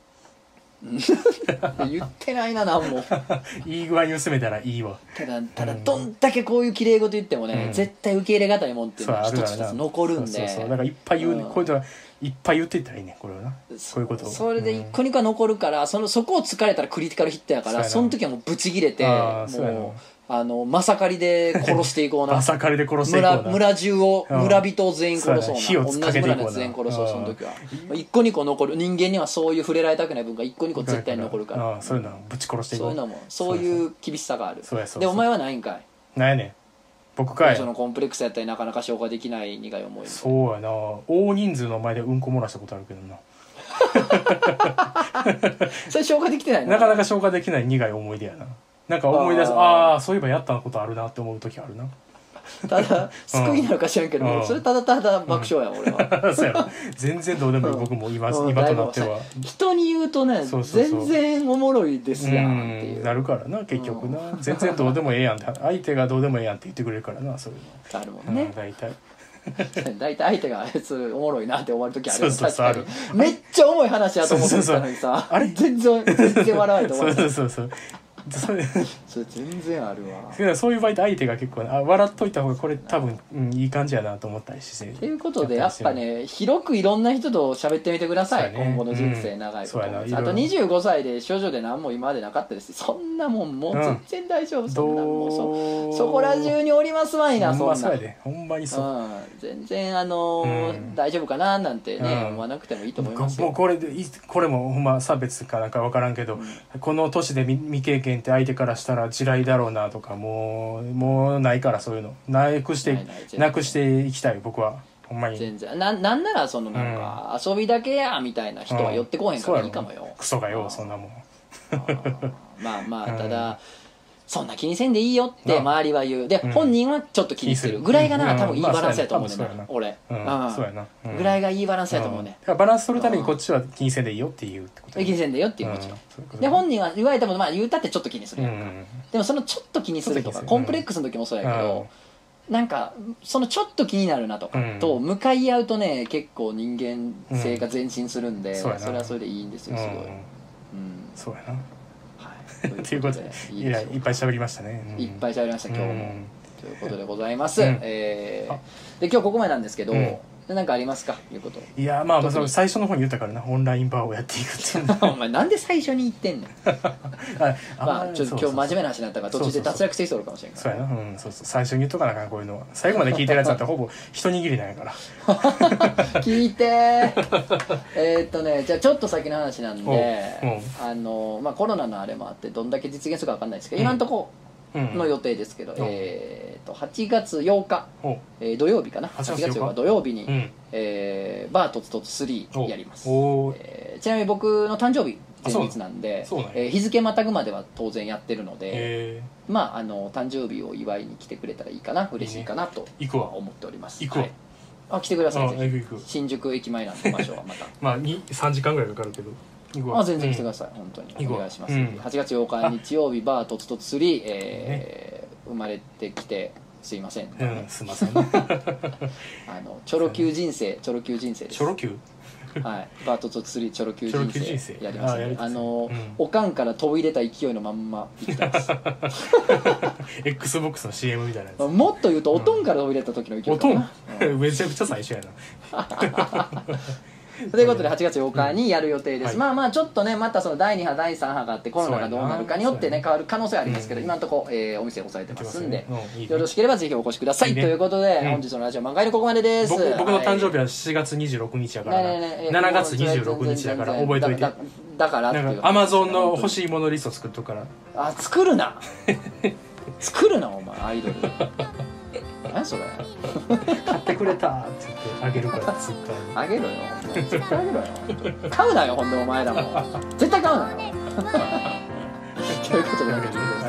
Speaker 1: 言ってないな何も
Speaker 2: いい具合に薄めたらいいわ。
Speaker 1: ただただどんだけこういう綺麗事言ってもね、うん、絶対受け入れがたいもんっていうのは一つ一つ残るんで。
Speaker 2: そうそうそうだからいっぱい言う、うん、こういうのはいっぱい言っていったらいいねこれはな。こういうことを
Speaker 1: それで一個二個残るから、そのそこを突かれたらクリティカルヒットやから、その時はもうブチギレてもうあのまさかりで殺していこうな
Speaker 2: まさかりで殺していこうな 村,
Speaker 1: 村中を村人を全員殺そうな、火をつかけていこうな、同じ村のやつ全員殺そう。その時は一個二個残る。人間にはそういう触れられたくない文化一個二個絶対に残るから、
Speaker 2: ああそういうのぶち殺していこう。
Speaker 1: そういうのもそういう厳しさがある。そうそうそうでお前はないんかい。
Speaker 2: なんやねん僕かい。
Speaker 1: そのコンプレックスやったりなかなか消化できない苦い思い。
Speaker 2: そうやな大人数の前でうんこ漏らしたことあるけどな
Speaker 1: それ消化できてないな。
Speaker 2: なかなか消化できない苦い思い出やな。なんか思い出す あ, あそういえばやったことあるなって思う時あるな。
Speaker 1: ただ救いなのか知らんけど、うん、それただただ爆笑や、うん、俺は
Speaker 2: そうや全然どうでもいい、うん、僕も 今, 今となっては
Speaker 1: 人に言うとねそうそうそう全然おもろいですやんっていう
Speaker 2: なるからな結局な、うん、全然どうでもええやんって相手がどうでもええやんって言ってくれるからなそういうの
Speaker 1: あるもんね、
Speaker 2: うん、大体
Speaker 1: 大体相手があいつおもろいなって思われる時ある。
Speaker 2: そうそうそう
Speaker 1: 確かにめっちゃ重い話やと思ってたのにさあれ全然全然笑わないと思う。
Speaker 2: そうそうそうそれ
Speaker 1: それ全然あるわ。
Speaker 2: そういう場合って相手が結構あ笑っといた方がこれ多分、うん、いい感じやなと思ったりして
Speaker 1: ということでやっぱね広くいろんな人と喋ってみてください、ね、今後の人生長いこと、うん、あとにじゅうごさいで症状で何も今までなかったですそんなもんもう全然大丈夫、うん、そんなもう そ, そこら中におりますわいなそんな
Speaker 2: そうやでほんまにそう、
Speaker 1: うん、全然あのーうん、大丈夫かななんてね、うん、思わなくてもいいと思いますよ。
Speaker 2: もうこれでこれもほんま差別かなんか分からんけど、うん、この年で未経験って相手からしたら地雷だろうなとかもうもうないからそういうのなくしてないないなくしていきたい僕はほんまに
Speaker 1: 全然 な, なんならそのなんか、うん、遊びだけやみたいな人は寄ってこへんからいいかもよ、
Speaker 2: うん、クソがよそんなもん
Speaker 1: まあまあただ、うんそんな気にせんでいいよって周りは言うで、うん、本人はちょっと気にするぐらいがな、うん、多分いいバランスやと思うねんな、まあ、俺、うん、そうやな、うん、ぐらいがいいバランスやと思うね、
Speaker 2: うん、バランス取るためにこっちは気にせんでいいよって言うってこと
Speaker 1: 気にせんでいいよっていうもちろん、うん、で本人は言われてもまあ言うたってちょっと気にするやんか、うん、でもそのちょっと気にするとかコンプレックスの時もそうやけど、うん、なんかそのちょっと気になるなとかと向かい合うとね結構人間性が前進するんで、うん、それはそれでいいんですよすごい、うん、
Speaker 2: そうやなということでいいいっぱい喋りましたね、
Speaker 1: うん、いっぱい喋りました今日も、うん、ということでございます、うん、えー、で今日ここまでなんですけど、うん何かありますかいうこと。
Speaker 2: いやまあその最初の方に言ったからなオンラインバーをやっていくっていう
Speaker 1: お前なんで最初に言ってんのまあちょっと今日真面目な話になったから途中で脱落してきそうかもしれんから
Speaker 2: そうやな、うん、そうそう最初に言っとかなあかんこういうのは最後まで聞いてるやつだってほぼ一握りなんやから
Speaker 1: 聞いてーえーっとねじゃあちょっと先の話なんであのまあコロナのあれもあってどんだけ実現するか分かんないですけど、うん、今のとこの予定ですけど、うん、えー、とはちがつようか、えー、土曜日かなはちがつようか土曜日に、うんえー、バートツトツスリーやります、えー、ちなみに僕の誕生日前日なんでなん、えー、日付またぐまでは当然やってるのでまああの誕生日を祝いに来てくれたらいいかな嬉しいかなと思っております。
Speaker 2: 行くわ、はい、
Speaker 1: あ来てくださいぜひ新宿駅前なんで場所はまた
Speaker 2: まあさんじかんぐらいかかるけど
Speaker 1: あ全然来てください、うん、本当にお願いします、うん、はちがつようか日曜日バートツトツスリー、えーね、生まれてきてすいません、
Speaker 2: うん、すいませんあ
Speaker 1: のチョロ Q 人生チョロ Q 人生です
Speaker 2: チョロ Q
Speaker 1: はいバートツトツスリーチョロ Q 人生やりますねあの、うん、おかんから飛び入れた勢いのまんま生きてます
Speaker 2: Xbox の シーエム みたいなやつ
Speaker 1: もっと言うとおとんから飛び入れた時の勢いかな、
Speaker 2: うん、めちゃくちゃ最初やな
Speaker 1: ということではちがつようかにやる予定です、うんはい、まあまあちょっとねまたそのだいに波だいさん波があってコロナがどうなるかによってね変わる可能性はありますけど、うん、今のところ、えー、お店を押さえてますんで、ねうんいいね、よろしければぜひお越しください、いいね、ということで、うん、本日のラジオ漫画のここまでです。
Speaker 2: 僕, 僕の誕生日はしちがつにじゅうろくにちやから、ねねね、しちがつにじゅうろくにちやから覚えといて。だ, だ,
Speaker 1: だからっていう
Speaker 2: アマゾンの欲しいものリスト作っとくから
Speaker 1: あ作るな作るなお前アイドル何それ
Speaker 2: 買ってくれたって言ってあげるからツイッターに
Speaker 1: あげろよ絶対あげろよ買うなよほんでお前らも絶対買うなよということであげてください。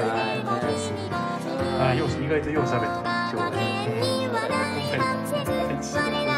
Speaker 2: あ、よう意外とよう喋った今日はね。